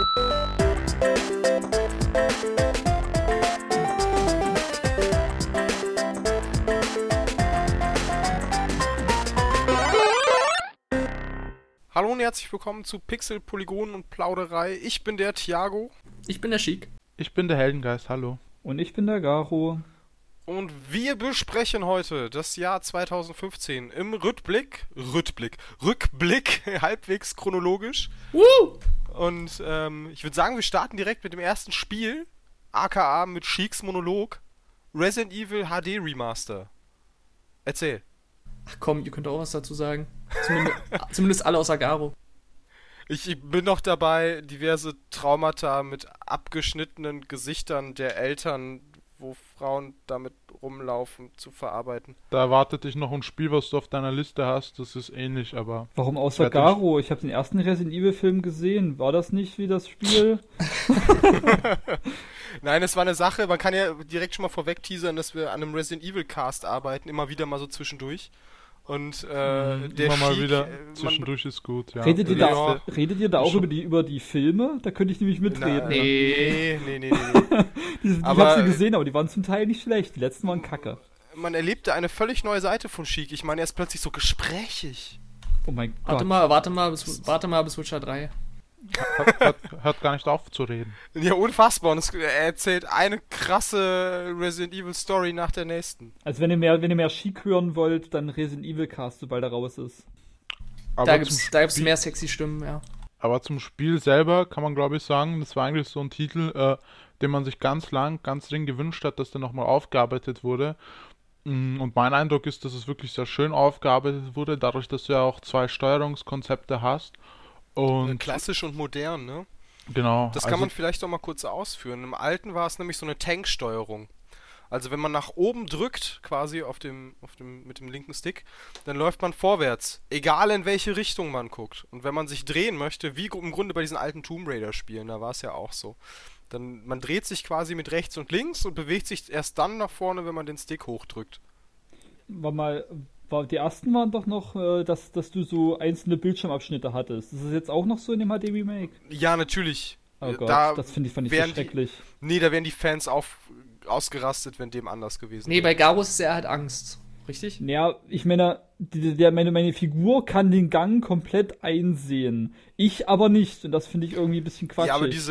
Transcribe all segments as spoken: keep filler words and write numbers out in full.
Hallo und herzlich willkommen zu Pixel, Polygonen und Plauderei. Ich bin der Thiago. Ich bin der Chic. Ich bin der Heldengeist, hallo. Und ich bin der Garo. Und wir besprechen heute das Jahr zweitausendfünfzehn im Rückblick, Rückblick, Rückblick, halbwegs chronologisch. Woo! Und ähm, ich würde sagen, wir starten direkt mit dem ersten Spiel, aka mit Chics Monolog, Resident Evil H D Remaster. Erzähl. Ach komm, ihr könnt auch was dazu sagen. Zumindest, zumindest alle außer Garo. Ich bin noch dabei, diverse Traumata mit abgeschnittenen Gesichtern der Eltern, wo Frauen damit rumlaufen, zu verarbeiten. Da erwartet dich noch ein Spiel, was du auf deiner Liste hast. Das ist ähnlich, aber... Warum außer Garo? Ich habe den ersten Resident Evil Film gesehen. War das nicht wie das Spiel? Nein, es war eine Sache. Man kann ja direkt schon mal vorweg teasern, dass wir an einem Resident Evil Cast arbeiten. Immer wieder mal so zwischendurch. Und äh, mhm, der immer mal Chic, wieder äh, zwischendurch ist gut, ja. Redet ihr Ja. da, redet ihr da auch über die, über die Filme? Da könnte ich nämlich mitreden. Nee, nee, nee, nee. nee. die, die Aber- hab sie gesehen, aber die waren zum Teil nicht schlecht. Die letzten waren kacke. Man erlebte eine völlig neue Seite von Chic. Ich meine, er ist plötzlich so gesprächig. Oh mein Warte Gott. mal, warte mal, bis, warte mal bis Witcher drei. Hört, hört, hört gar nicht auf zu reden. Ja, unfassbar. Und es, er erzählt eine krasse Resident Evil Story nach der nächsten. Also wenn ihr mehr, wenn ihr mehr Chic hören wollt, dann Resident Evil Cast, sobald er raus ist. Aber, Da zum gibt's, da gibt's Spiel- mehr sexy Stimmen, ja. aber zum Spiel selber kann man, glaube ich, sagen, das war eigentlich so ein Titel, äh, den man sich ganz lang, ganz dringend gewünscht hat, dass der nochmal aufgearbeitet wurde. Mm, Und mein Eindruck ist, dass es wirklich sehr schön aufgearbeitet wurde, dadurch, dass du ja auch zwei Steuerungskonzepte hast. Und Klassisch und modern, ne? genau. Das also, kann man vielleicht auch mal kurz ausführen. Im alten war es nämlich so eine Tanksteuerung. Also wenn man nach oben drückt, quasi auf dem, auf dem, mit dem linken Stick, dann läuft man vorwärts. Egal in welche Richtung man guckt. Und wenn man sich drehen möchte, wie im Grunde bei diesen alten Tomb Raider Spielen, da war es ja auch so. Dann, man dreht sich quasi mit rechts und links und bewegt sich erst dann nach vorne, wenn man den Stick hochdrückt. War mal, war, die ersten waren doch noch, äh, dass, dass du so einzelne Bildschirmabschnitte hattest. Ist das jetzt auch noch so in dem H D Remake? Ja, natürlich. Oh Gott, Da das finde ich, fand ich so wären die- schrecklich. Nee, da wären die Fans auf, ausgerastet, wenn dem anders gewesen Nee, wäre. bei Garus ist er halt Angst. Richtig? Ja, ich meine, die, der, meine, meine Figur kann den Gang komplett einsehen. Ich aber nicht. Und das finde ich irgendwie ein bisschen quatschig. Ja, aber diese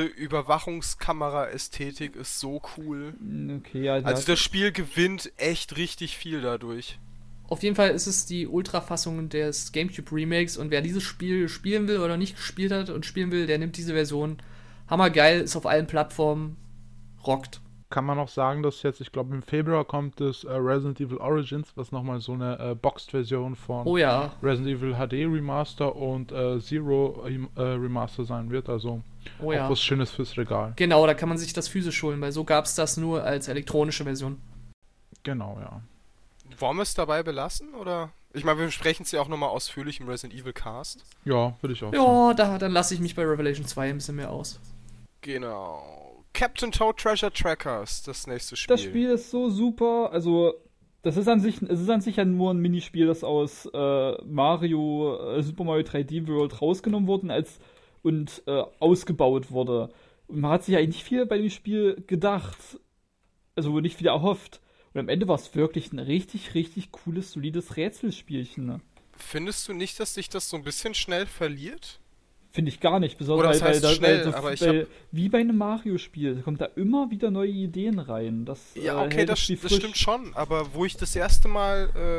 Überwachungskamera-Ästhetik ist so cool. Okay, ja, Also ja. das Spiel gewinnt echt richtig viel dadurch. Auf jeden Fall ist es die Ultra-Fassung des GameCube-Remakes und wer dieses Spiel spielen will oder nicht gespielt hat und spielen will, der nimmt diese Version. Hammergeil, ist auf allen Plattformen, rockt. kann man noch sagen, dass jetzt, ich glaube im Februar kommt das äh, Resident Evil Origins, was nochmal so eine äh, Boxed-Version von Oh ja, Resident Evil H D Remaster und äh, Zero äh, Remaster sein wird, also oh auch ja. was Schönes fürs Regal. Genau, da kann man sich das physisch holen, weil so gab es das nur als elektronische Version. Genau, ja. Wollen wir es dabei belassen, oder? Ich meine, wir besprechen es ja auch nochmal ausführlich im Resident Evil Cast. Ja, würde ich auch sagen. Ja, da, dann lasse ich mich bei Revelation zwei ein bisschen mehr aus. Genau. Captain Toad Treasure Trackers, das nächste Spiel. Das Spiel ist so super. Also, das ist an sich, es ist an sich ja nur ein Minispiel, das aus äh, Mario, äh, Super Mario drei D World rausgenommen wurde und, als, und äh, ausgebaut wurde. Und man hat sich eigentlich nicht viel bei dem Spiel gedacht. Also nicht viel erhofft. Und am Ende war es wirklich ein richtig, richtig cooles, solides Rätselspielchen. Ne? Findest du nicht, dass sich das so ein bisschen schnell verliert? Finde ich gar nicht. Besonders Oder was weil, heißt weil, schnell, weil, so, aber ich weil hab- wie bei einem Mario-Spiel kommt da immer wieder neue Ideen rein. Das, Ja, äh, okay, hält das, Spiel das frisch. stimmt schon, aber wo ich das erste Mal, äh,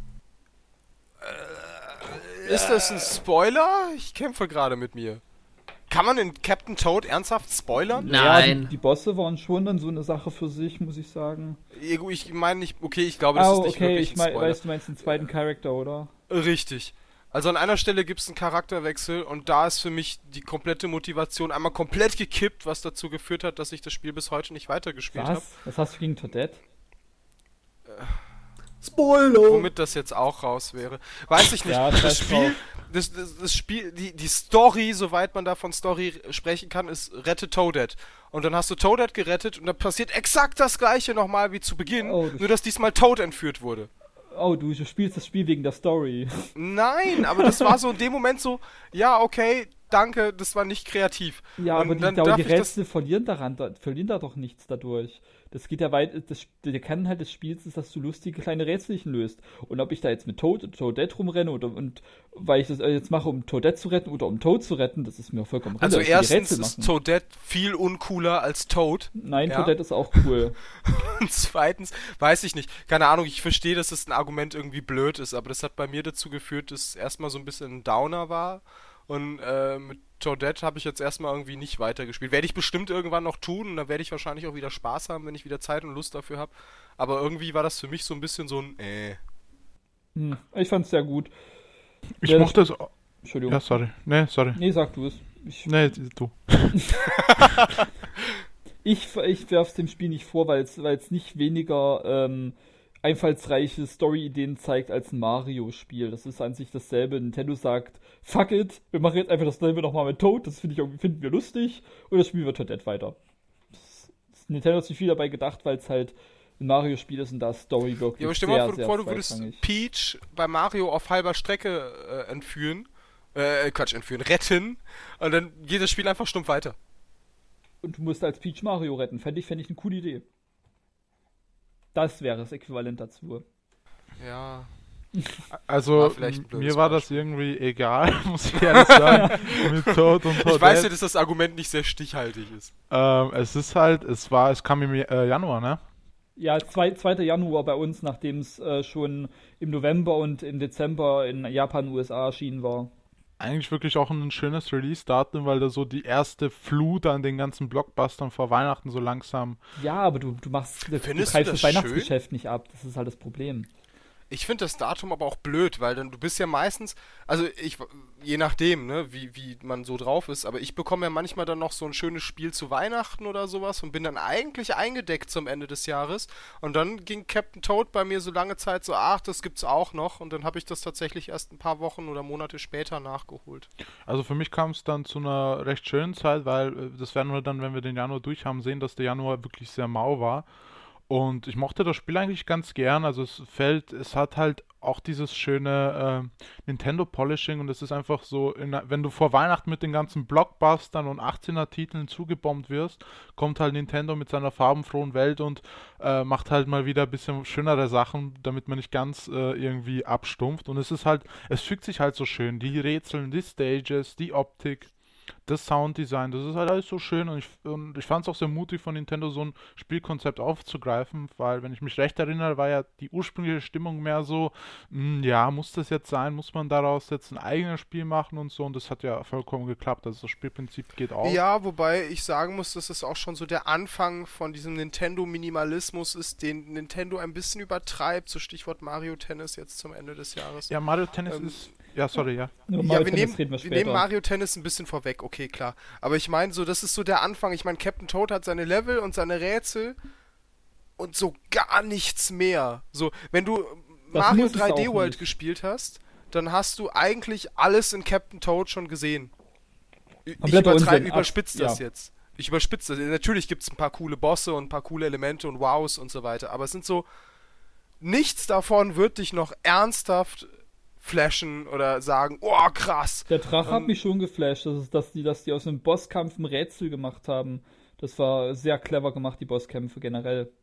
äh, ist das ein Spoiler? Ich kämpfe gerade mit mir. Kann man in Captain Toad ernsthaft spoilern? Ja, die, Nein. die Bosse waren schon dann so eine Sache für sich, muss ich sagen. Ja, gut, Ich meine nicht, okay, ich glaube, das Oh, ist nicht okay, wirklich ich ein mein, Spoiler. weiß, du meinst den zweiten Charakter, oder? Richtig. Also an einer Stelle gibt es einen Charakterwechsel und da ist für mich die komplette Motivation einmal komplett gekippt, was dazu geführt hat, dass ich das Spiel bis heute nicht weitergespielt habe. Was? Was hast du gegen Toadette? Spoiler! Womit das jetzt auch raus wäre. Weiß ich nicht. Ja, das scheiß Spiel, drauf. das, das, das Spiel, die, die Story, soweit man da von Story sprechen kann, ist rette Toadette. Und dann hast du Toadette gerettet und dann passiert exakt das gleiche nochmal wie zu Beginn, Oh, du nur dass diesmal Toad entführt wurde. Oh, du spielst das Spiel wegen der Story. Nein, aber das war so in dem Moment so, ja, okay, danke, das war nicht kreativ. Ja, und aber die, dann aber darf die ich das- Rätsel verlieren daran, da, verlieren da doch nichts dadurch. Das geht ja weit, das, der Kern halt des Spiels ist, dass du lustige kleine Rätselchen löst. Und ob ich da jetzt mit Toad und Toadette rumrenne oder und weil ich das jetzt mache, um Toadette zu retten oder um Toad zu retten, das ist mir vollkommen Also Rille, dass die erstens Rätsel ist machen. Toadette viel uncooler als Toad. Nein, ja. Toadette ist auch cool. Und zweitens, weiß ich nicht, keine Ahnung, ich verstehe, dass das ein Argument irgendwie blöd ist, aber das hat bei mir dazu geführt, dass erstmal so ein bisschen ein Downer war. Und äh, mit Toadette habe ich jetzt erstmal irgendwie nicht weitergespielt. Werde ich bestimmt irgendwann noch tun und dann werde ich wahrscheinlich auch wieder Spaß haben, wenn ich wieder Zeit und Lust dafür habe. Aber irgendwie war das für mich so ein bisschen so ein äh. Hm, ich fand's sehr gut. Ich Ja, mochte es. Entschuldigung. Ja, sorry. Nee, sorry. Nee, sag du es. Ich, Nee, du. ich, ich werf's dem Spiel nicht vor, weil es nicht weniger ähm, einfallsreiche Story-Ideen zeigt als ein Mario-Spiel. Das ist an sich dasselbe. Nintendo sagt, fuck it, wir machen jetzt einfach dasselbe nochmal mit Toad, das finde ich irgendwie, finden wir lustig, und das Spiel wird Toadette weiter. Das, das Nintendo hat sich viel dabei gedacht, weil es halt ein Mario-Spiel ist und da ist Story wirklich Ja, aber stell sehr, dir mal sehr vor, du würdest zweitrangig. Peach bei Mario auf halber Strecke äh, entführen. Äh, Quatsch, entführen, retten. Und dann geht das Spiel einfach stumpf weiter. Und du musst als Peach Mario retten. Fände ich, fänd ich eine coole Idee. Das wäre das Äquivalent dazu. Ja. Also, War vielleicht ein blödes mir war das Beispiel. irgendwie egal, muss ich ehrlich sagen, mit Toad und Toadette. Ich weiß ja, dass das Argument nicht sehr stichhaltig ist. Ähm, es ist halt, es war, es kam im äh, Januar, ne? Ja, zwei, zweiter Januar bei uns, nachdem es äh, schon im November und im Dezember in Japan und U S A erschienen war. Eigentlich wirklich auch ein schönes Release-Datum, weil da so die erste Flut an den ganzen Blockbustern vor Weihnachten so langsam. Ja, aber du, du machst, du Findest du greifst das das Weihnachtsgeschäft nicht ab. Das ist halt das Problem. Ich finde das Datum aber auch blöd, weil dann du bist ja meistens, also ich, je nachdem, ne, wie, wie man so drauf ist, aber ich bekomme ja manchmal dann noch so ein schönes Spiel zu Weihnachten oder sowas und bin dann eigentlich eingedeckt zum Ende des Jahres und dann ging Captain Toad bei mir so lange Zeit so, ach, das gibt's auch noch und dann habe ich das tatsächlich erst ein paar Wochen oder Monate später nachgeholt. Also für mich kam es dann zu einer recht schönen Zeit, weil äh, das werden wir dann, wenn wir den Januar durch haben, sehen, dass der Januar wirklich sehr mau war. Und ich mochte das Spiel eigentlich ganz gern. Also es fällt, es hat halt auch dieses schöne äh, Nintendo-Polishing und es ist einfach so, in, wenn du vor Weihnachten mit den ganzen Blockbustern und achtzehner-Titeln zugebombt wirst, kommt halt Nintendo mit seiner farbenfrohen Welt und äh, macht halt mal wieder ein bisschen schönere Sachen, damit man nicht ganz äh, irgendwie abstumpft. Und es ist halt, es fügt sich halt so schön. Die Rätsel, die Stages, die Optik, das Sounddesign, das ist halt alles so schön und ich, und ich fand es auch sehr mutig von Nintendo, so ein Spielkonzept aufzugreifen, weil, wenn ich mich recht erinnere, war ja die ursprüngliche Stimmung mehr so, mh, ja, muss das jetzt sein, muss man daraus jetzt ein eigenes Spiel machen und so und das hat ja vollkommen geklappt, also das Spielprinzip geht auch. Ja, wobei ich sagen muss, dass es auch schon so der Anfang von diesem Nintendo-Minimalismus ist, den Nintendo ein bisschen übertreibt, so Stichwort Mario Tennis jetzt zum Ende des Jahres. Ja, Mario Tennis Ähm, ist, ja, sorry, ja. Nur Ja, Mario wir Tennis nehmen, reden wir wir später. nehmen Mario Tennis ein bisschen vorweg, okay, klar. Aber ich meine, so, das ist so der Anfang. Ich meine, Captain Toad hat seine Level und seine Rätsel und so gar nichts mehr. So, wenn du Das Mario muss es drei D auch World nicht. gespielt hast, dann hast du eigentlich alles in Captain Toad schon gesehen. Ich Kompletter übertreibe, Unsinn. überspitze das Ja. jetzt. Ich überspitze das. Natürlich gibt es ein paar coole Bosse und ein paar coole Elemente und Wows und so weiter. Aber es sind so, nichts davon wird dich noch ernsthaft flashen oder sagen, oh krass. Der Drache hat Ähm, mich schon geflasht, das ist, dass die, dass die aus einem Bosskampf ein Rätsel gemacht haben. Das war sehr clever gemacht, die Bosskämpfe generell.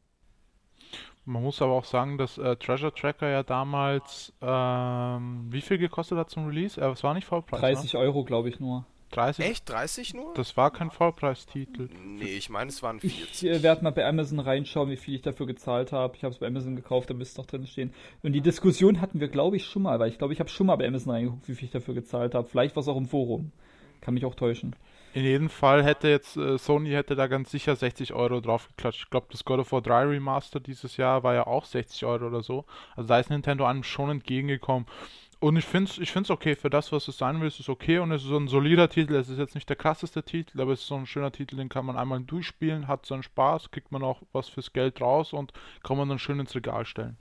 Man muss aber auch sagen, dass äh, Treasure Tracker ja damals, ähm, wie viel gekostet hat zum Release? Äh, es war nicht Vollpreis, dreißig ne? Euro, glaube ich, nur. dreißig? Echt? dreißig nur? Das war kein Vollpreistitel. Nee, ich meine, es waren Ich vierzig. äh, werde mal bei Amazon reinschauen, wie viel ich dafür gezahlt habe. Ich habe es bei Amazon gekauft, da müsste es noch drin stehen. Und die Diskussion hatten wir, glaube ich, schon mal, weil ich glaube, ich habe schon mal bei Amazon reingeguckt, wie viel ich dafür gezahlt habe. Vielleicht war es auch im Forum. Kann mich auch täuschen. In jedem Fall hätte jetzt äh, Sony hätte da ganz sicher sechzig Euro draufgeklatscht. Ich glaube, das God of War drei Remaster dieses Jahr war ja auch sechzig Euro oder so. Also da ist Nintendo einem schon entgegengekommen. Und ich finde es ich find's okay, für das, was es sein will, ist es okay und es ist so ein solider Titel. Es ist jetzt nicht der krasseste Titel, aber es ist so ein schöner Titel, den kann man einmal durchspielen, hat seinen Spaß, kriegt man auch was fürs Geld raus und kann man dann schön ins Regal stellen.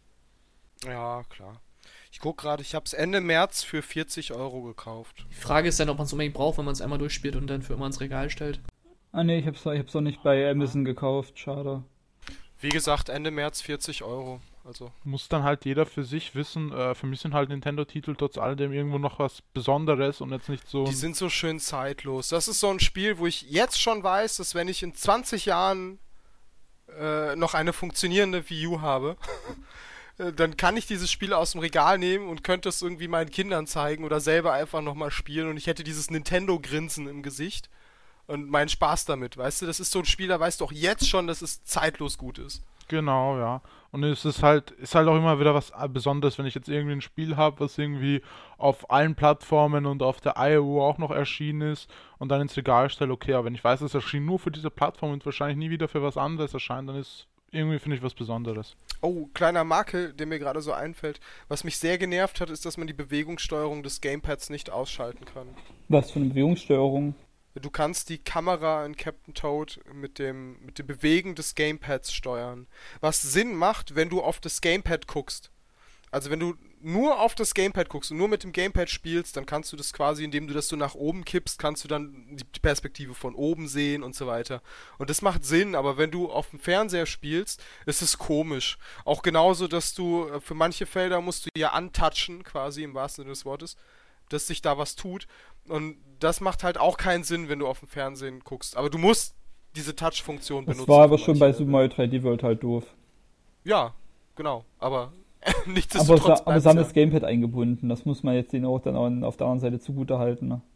Ja, klar. Ich guck gerade, ich habe es Ende März für vierzig Euro gekauft. Die Frage ist dann, ob man es unbedingt braucht, wenn man es einmal durchspielt und dann für immer ins Regal stellt. Ah ne, ich habe es ich hab's noch nicht bei Amazon gekauft, schade. Wie gesagt, Ende März vierzig Euro. Also Muss dann halt jeder für sich wissen, äh, für mich sind halt Nintendo-Titel trotz alledem irgendwo noch was Besonderes und jetzt nicht so... die sind so schön zeitlos. Das ist so ein Spiel, wo ich jetzt schon weiß, dass wenn ich in zwanzig Jahren äh, noch eine funktionierende Wii U habe, äh, dann kann ich dieses Spiel aus dem Regal nehmen und könnte es irgendwie meinen Kindern zeigen oder selber einfach nochmal spielen und ich hätte dieses Nintendo-Grinsen im Gesicht und meinen Spaß damit, weißt du? Das ist so ein Spiel, da weißt du auch jetzt schon, dass es zeitlos gut ist. Genau, ja. Und es ist halt, ist halt auch immer wieder was Besonderes, wenn ich jetzt irgendwie ein Spiel habe, was irgendwie auf allen Plattformen und auf der I O auch noch erschienen ist und dann ins Regal stelle, okay, aber wenn ich weiß, es erschien nur für diese Plattform und wahrscheinlich nie wieder für was anderes erscheint, dann ist irgendwie, finde ich, was Besonderes. Oh, kleiner Makel, der mir gerade so einfällt. Was mich sehr genervt hat, ist, dass man die Bewegungssteuerung des Gamepads nicht ausschalten kann. Was für eine Bewegungssteuerung? Du kannst die Kamera in Captain Toad mit dem, mit dem Bewegen des Gamepads steuern. Was Sinn macht, wenn du auf das Gamepad guckst. Also wenn du nur auf das Gamepad guckst und nur mit dem Gamepad spielst, dann kannst du das quasi, indem du das so nach oben kippst, kannst du dann die Perspektive von oben sehen und so weiter. Und das macht Sinn, aber wenn du auf dem Fernseher spielst, ist es komisch. Auch genauso, dass du, für manche Felder musst du ja antatschen, quasi im wahrsten Sinne des Wortes, dass sich da was tut. Und das macht halt auch keinen Sinn, wenn du auf dem Fernsehen guckst. Aber du musst diese Touch-Funktion benutzen. Das war aber schon bei Super Mario drei D World halt doof. Ja, genau. Aber Aber, nichtsdestotrotz sa aber sie haben das Gamepad eingebunden. Das muss man jetzt denen auch dann auch auf der anderen Seite zugute halten. Ne?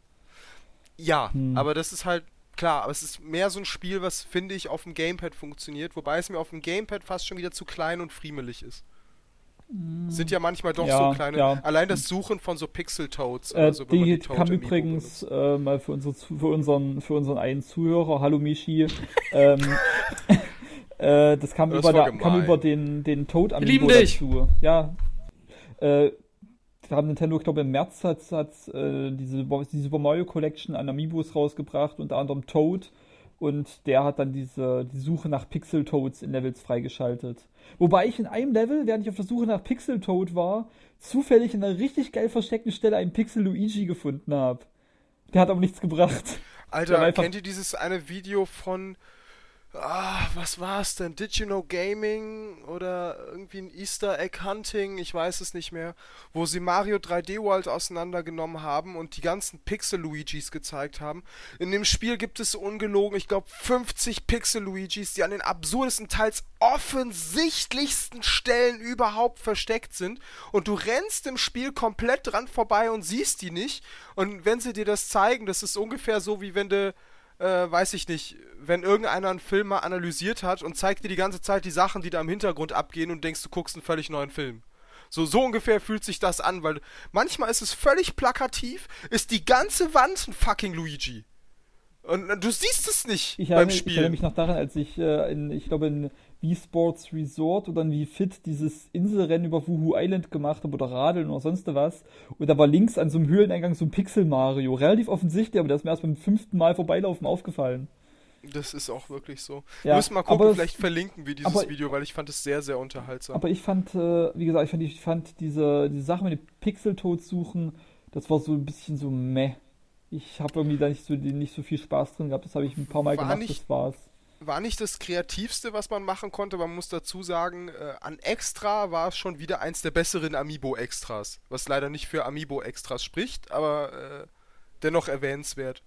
Ja, Hm. aber das ist halt klar. Aber es ist mehr so ein Spiel, was, finde ich, auf dem Gamepad funktioniert. Wobei es mir auf dem Gamepad fast schon wieder zu klein und friemelig ist. Sind ja manchmal doch Ja, so kleine. ja. Allein das Suchen von so Pixel-Toads. Äh, oder so, wenn man die Toad kam Amiibo übrigens benutzt. äh, mal für, unsere, Zu- für, unseren, für unseren einen Zuhörer, hallo Michi, ähm, äh, das kam, Das über, war da, kam gemein. über den, den Toad Wir Amiibo lieben dich. dazu. Ja, äh, da haben Nintendo, ich glaube im März hat, hat äh, diese, die Super Mario Collection an Amiibos rausgebracht, unter anderem Toad. Und der hat dann diese die Suche nach Pixel-Toads in Levels freigeschaltet. Wobei ich in einem Level, während ich auf der Suche nach Pixel-Toad war, zufällig in einer richtig geil versteckten Stelle einen Pixel-Luigi gefunden habe. Der hat aber nichts gebracht. Der Alter, war einfach- kennt ihr dieses eine Video von, ah, was war's denn? Did You Know Gaming oder irgendwie ein Easter Egg Hunting, ich weiß es nicht mehr, wo sie Mario drei D World auseinandergenommen haben und die ganzen Pixel-Luigis gezeigt haben. In dem Spiel gibt es ungelogen, ich glaube, fünfzig Pixel-Luigis, die an den absurdesten, teils offensichtlichsten Stellen überhaupt versteckt sind und du rennst im Spiel komplett dran vorbei und siehst die nicht und wenn sie dir das zeigen, das ist ungefähr so, wie wenn du Äh, weiß ich nicht, wenn irgendeiner einen Film mal analysiert hat und zeigt dir die ganze Zeit die Sachen, die da im Hintergrund abgehen und denkst, du guckst einen völlig neuen Film. So, so ungefähr fühlt sich das an, weil manchmal ist es völlig plakativ, ist die ganze Wand ein fucking Luigi. Und äh, du siehst es nicht Ich beim erinnere, ich erinnere Spiel. mich noch daran, als ich äh, in, ich glaube in Wii Sports Resort oder in Wii Fit dieses Inselrennen über Wuhu Island gemacht habe oder Radeln oder sonst was. Und da war links an so einem Höhleneingang so ein Pixel Mario. Relativ offensichtlich, aber das ist mir erst beim fünften Mal vorbeilaufen aufgefallen. Das ist auch wirklich so. Ja, Wir müssen mal gucken, aber es- vielleicht verlinken wir dieses aber- Video, weil ich fand es sehr, sehr unterhaltsam. Aber ich fand, äh, wie gesagt, ich fand, ich fand diese, diese Sache mit dem Pixel-Tod suchen, das war so ein bisschen so meh. Ich habe irgendwie da nicht so, nicht so viel Spaß drin gehabt. Das habe ich ein paar Mal War gemacht, nicht- das war's. War nicht das Kreativste, was man machen konnte. Man muss dazu sagen, äh, an Extra war es schon wieder eins der besseren Amiibo-Extras. Was leider nicht für Amiibo-Extras spricht, aber äh, dennoch erwähnenswert.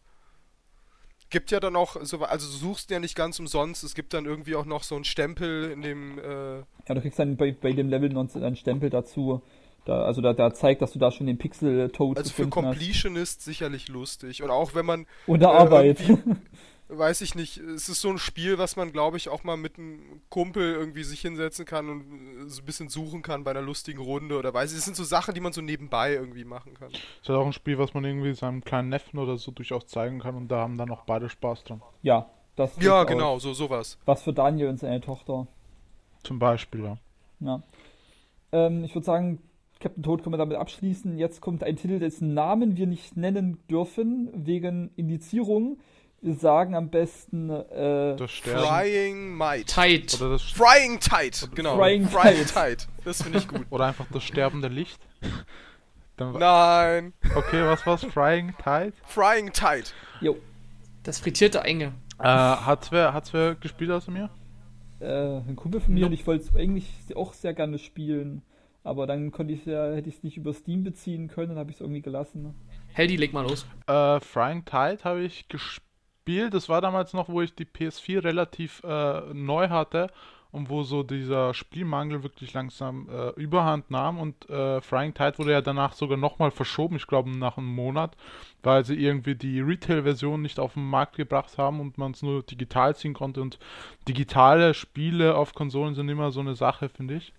Gibt ja dann auch, so, also du suchst ja nicht ganz umsonst, es gibt dann irgendwie auch noch so einen Stempel in dem, äh, Ja, du kriegst dann bei, bei dem Level noch einen Stempel dazu. Da, also da, da zeigt, dass du da schon den Pixel-Tod also für gefunden hast. Completionist sicherlich lustig. Und auch wenn man, Unter äh, Arbeit. weiß ich nicht, es ist so ein Spiel, was man, glaube ich, auch mal mit einem Kumpel irgendwie sich hinsetzen kann und äh, so ein bisschen suchen kann bei einer lustigen Runde oder weiß ich, das sind so Sachen, die man so nebenbei irgendwie machen kann. Ist halt auch ein Spiel, was man irgendwie seinem kleinen Neffen oder so durchaus zeigen kann und da haben dann auch beide Spaß dran. Ja, das Ja, durchaus. genau, so sowas. Was für Daniel und seine Tochter. Zum Beispiel, ja. Ja. Ähm, ich würde sagen, Captain Toad können wir damit abschließen. Jetzt kommt ein Titel, dessen Namen wir nicht nennen dürfen, wegen Indizierung. Wir sagen am besten äh, Das Sterben. Frying Might. Tight. Oder das, Frying Tight, genau. Frying Frying Tight. Tight. Das finde ich gut. oder einfach das sterbende Licht. Dann, Nein. okay, was war's? Frying Tide? Frying Tight. jo. Das frittierte Enge. Äh, hat's wer, hat's wer gespielt außer mir? äh, ein Kumpel von mir No. und ich wollte es eigentlich auch sehr gerne spielen. Aber dann konnte ich ja, hätte ich es nicht über Steam beziehen können, dann habe ich es irgendwie gelassen. Heldi, leg mal los. Äh, Frying Tide habe ich gespielt. Das war damals noch, wo ich die P S vier relativ äh, neu hatte und wo so dieser Spielmangel wirklich langsam äh, Überhand nahm. Und äh, Frying Tide wurde ja danach sogar nochmal verschoben, ich glaube nach einem Monat, weil sie irgendwie die Retail-Version nicht auf den Markt gebracht haben und man es nur digital ziehen konnte. Und digitale Spiele auf Konsolen sind immer so eine Sache, finde ich.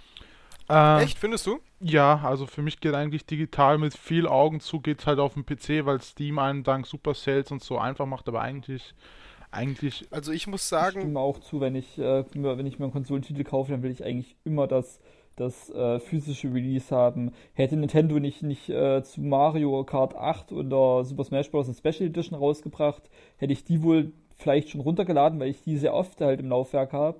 Ähm, Echt, findest du? Ja, also für mich geht eigentlich digital mit viel Augen zu, geht's halt auf dem P C, weil Steam einen dank Super Sales und so einfach macht, aber eigentlich, eigentlich, Also ich muss Ich sagen, stimme auch zu, wenn ich, äh, mir- wenn ich mir einen Konsolentitel kaufe, dann will ich eigentlich immer das, das äh, physische Release haben. Hätte Nintendo nicht, nicht äh, zu Mario Kart acht oder Super Smash Bros. Eine Special Edition rausgebracht, hätte ich die wohl vielleicht schon runtergeladen, weil ich die sehr oft halt im Laufwerk habe.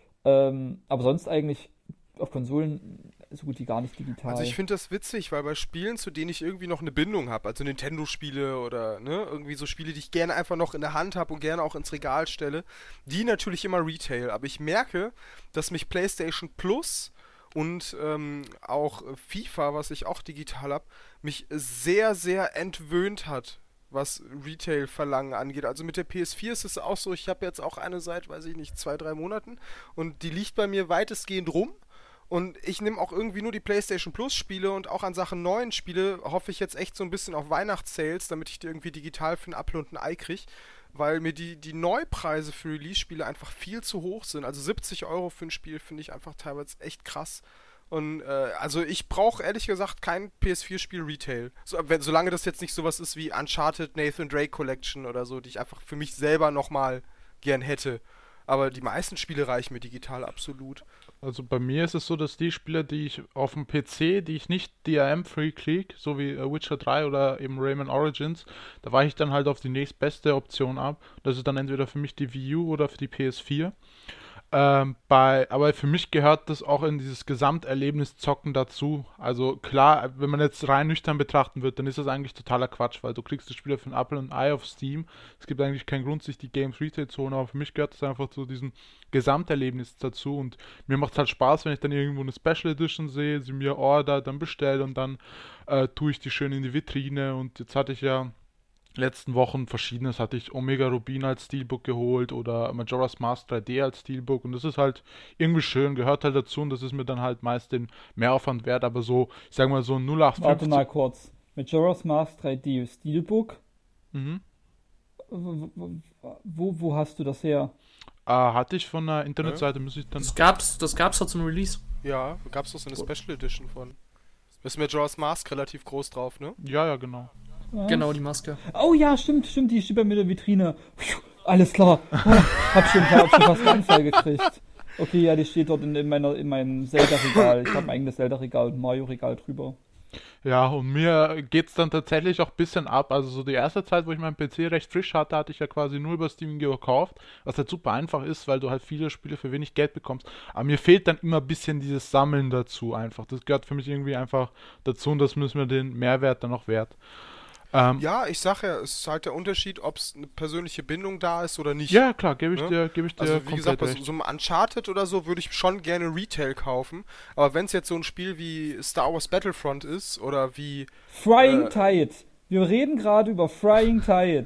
Ähm, aber sonst eigentlich auf Konsolen so gut wie gar nicht digital. also ich finde das witzig, weil bei Spielen, zu denen ich irgendwie noch eine Bindung habe, also Nintendo-Spiele oder ne, irgendwie so Spiele, die ich gerne einfach noch in der Hand habe und gerne auch ins Regal stelle, die natürlich immer Retail. Aber ich merke, dass mich PlayStation Plus und ähm, auch äh, FIFA, was ich auch digital habe, mich sehr, sehr entwöhnt hat, was Retail-Verlangen angeht. Also mit der P S vier ist es auch so, ich habe jetzt auch eine seit, weiß ich nicht, zwei, drei Monaten und die liegt bei mir weitestgehend rum. Und ich nehme auch irgendwie nur die PlayStation Plus Spiele und auch an Sachen neuen Spiele hoffe ich jetzt echt so ein bisschen auf Weihnachtssales, damit ich die irgendwie digital für einen Apfel und ein Ei kriege, weil mir die, die Neupreise für Release-Spiele einfach viel zu hoch sind. Also siebzig Euro für ein Spiel finde ich einfach teilweise echt krass. Und äh, also ich brauche ehrlich gesagt kein P S vier Spiel Retail. So, wenn, solange das jetzt nicht sowas ist wie Uncharted Nathan Drake Collection oder so, die ich einfach für mich selber nochmal gern hätte. Aber die meisten Spiele reichen mir digital absolut. also bei mir ist es so, dass die Spiele, die ich auf dem P C, die ich nicht D R M-free kriege, so wie äh, Witcher drei oder eben Rayman Origins, da weiche ich dann halt auf die nächstbeste Option ab. Das ist dann entweder für mich die Wii U oder für die P S vier. Ähm, bei, aber für mich gehört das auch in dieses Gesamterlebnis Zocken dazu. Also klar, wenn man jetzt rein nüchtern betrachten wird, dann ist das eigentlich totaler Quatsch, weil du kriegst das Spiel für ein Apple und ein Ei auf Steam. Es gibt eigentlich keinen Grund, sich die Games Retail zu holen, aber für mich gehört das einfach zu diesem Gesamterlebnis dazu und mir macht es halt Spaß, wenn ich dann irgendwo eine Special Edition sehe, sie mir order, dann bestelle und dann äh, tue ich die schön in die Vitrine und jetzt hatte ich ja letzten Wochen verschiedenes, hatte ich Omega Rubin als Steelbook geholt oder Majora's Mask drei D als Steelbook und das ist halt irgendwie schön, gehört halt dazu und das ist mir dann halt meist den Mehraufwand wert, aber so, ich sag mal so null acht Warte fünfzig. mal kurz. Majora's Mask drei D Steelbook. Mhm. W- w- Wo, wo hast du das her? Äh, hatte ich von einer Internetseite, muss ich dann. Das gab's, das gab's doch zum Release. Ja, gab's doch so eine Special Edition von. Ist mit Majora's Mask relativ groß drauf, ne? Ja, ja, genau. Was? Genau, die Maske. Oh ja, stimmt, stimmt, die steht bei mir in der Vitrine. Puh, alles klar. Oh, hab schon, hab schon fast einen Anfall gekriegt. Okay, ja, die steht dort in, in, meiner, in meinem Zelda-Regal. Ich habe ein eigenes Zelda-Regal und Mario-Regal drüber. Ja, und mir geht's dann tatsächlich auch ein bisschen ab. Also so die erste Zeit, wo ich meinen P C recht frisch hatte, hatte ich ja quasi nur über Steam gekauft, was halt super einfach ist, weil du halt viele Spiele für wenig Geld bekommst. Aber mir fehlt dann immer ein bisschen dieses Sammeln dazu einfach. Das gehört für mich irgendwie einfach dazu und das müssen wir den Mehrwert dann auch wert. Ähm, Ja, ich sag ja, es ist halt der Unterschied, ob es eine persönliche Bindung da ist oder nicht. ja, klar, gebe ich Ne? dir, gebe ich dir Also wie komplett gesagt, bei so recht. so einem Uncharted oder so würde ich schon gerne Retail kaufen. Aber wenn es jetzt so ein Spiel wie Star Wars Battlefront ist oder wie... Frying Äh. Tide. Wir reden gerade über Frying Tide.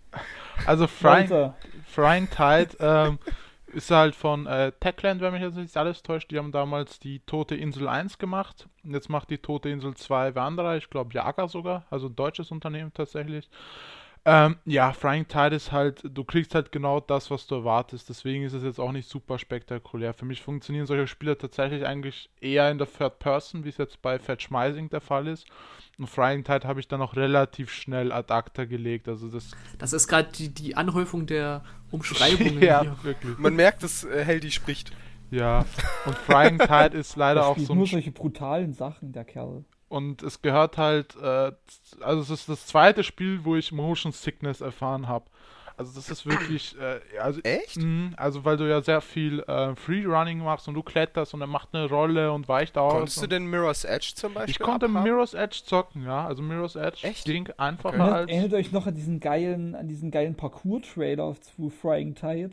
Also Frying, Leute, Frying Tide ähm, ist halt von äh, Techland, wenn mich jetzt nicht alles täuscht. Die haben damals die Tote Insel eins gemacht. Und jetzt macht die Tote Insel zwei Wanderer, ich glaube Jager sogar, also ein deutsches Unternehmen tatsächlich. Ähm, ja, Frying Tide ist halt, du kriegst halt genau das, was du erwartest. Deswegen ist es jetzt auch nicht super spektakulär. Für mich funktionieren solche Spiele tatsächlich eigentlich eher in der Third Person, wie es jetzt bei Fetch Mising der Fall ist. Und Frying Tide habe ich dann auch relativ schnell ad acta gelegt. Also das. Das ist gerade die, die Anhäufung der Umschreibungen ja, hier. wirklich. Man merkt, dass äh, Heldi spricht. Ja. Und Frying Tide ist leider der auch spielt so ein. nur solche brutalen Sachen, der Kerl. Und es gehört halt, äh, also es ist das zweite Spiel, wo ich Motion Sickness erfahren habe. Also das ist wirklich, äh, also, Echt? mh, also weil du ja sehr viel äh, Freerunning machst und du kletterst und er macht eine Rolle und weicht aus. Konntest du und denn Mirror's Edge zum Beispiel ich konnte abhaben? Mirror's Edge zocken, ja. Also Mirror's Edge Echt? ging einfacher Okay. Erinnert, als... erinnert euch noch an diesen geilen, an diesen geilen Parkour-Trailer zu Frying Tide,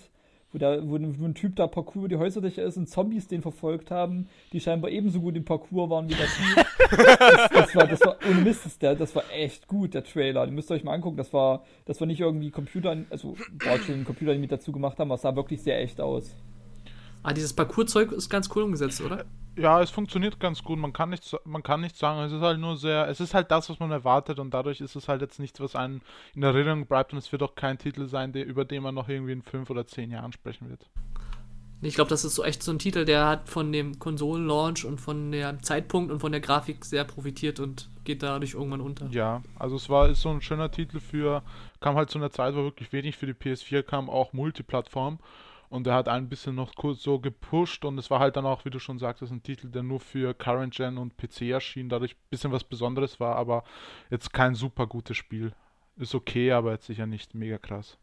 wo, da, wo, ein, wo ein Typ da Parkour über die Häuserdächer ist und Zombies den verfolgt haben, die scheinbar ebenso gut im Parkour waren wie der Typ. das, das, war, das war, ohne Mist, das, der, das war echt gut, der Trailer. Den müsst ihr euch mal angucken. Das war, das war nicht irgendwie Computer, also war schon ein Computer, die mit dazu gemacht haben, aber es sah wirklich sehr echt aus. Ah, dieses Parcours-Zeug ist ganz cool umgesetzt, oder? Ja, es funktioniert ganz gut. Man kann nichts, man kann nichts sagen. Es ist halt nur sehr, es ist halt das, was man erwartet und dadurch ist es halt jetzt nichts, was einem in Erinnerung bleibt und es wird auch kein Titel sein, der, über den man noch irgendwie in fünf oder zehn Jahren sprechen wird. Ich glaube, das ist so echt so ein Titel, der hat von dem Konsolenlaunch und von dem Zeitpunkt und von der Grafik sehr profitiert und geht dadurch irgendwann unter. Ja, also es war ist so ein schöner Titel für, kam halt zu einer Zeit, wo wirklich wenig für die P S vier kam, auch Multiplattform. Und er hat ein bisschen noch kurz so gepusht und es war halt dann auch, wie du schon sagtest, ein Titel, der nur für Current Gen und P C erschien, dadurch ein bisschen was Besonderes war, aber jetzt kein super gutes Spiel. Ist okay, aber jetzt sicher nicht mega krass.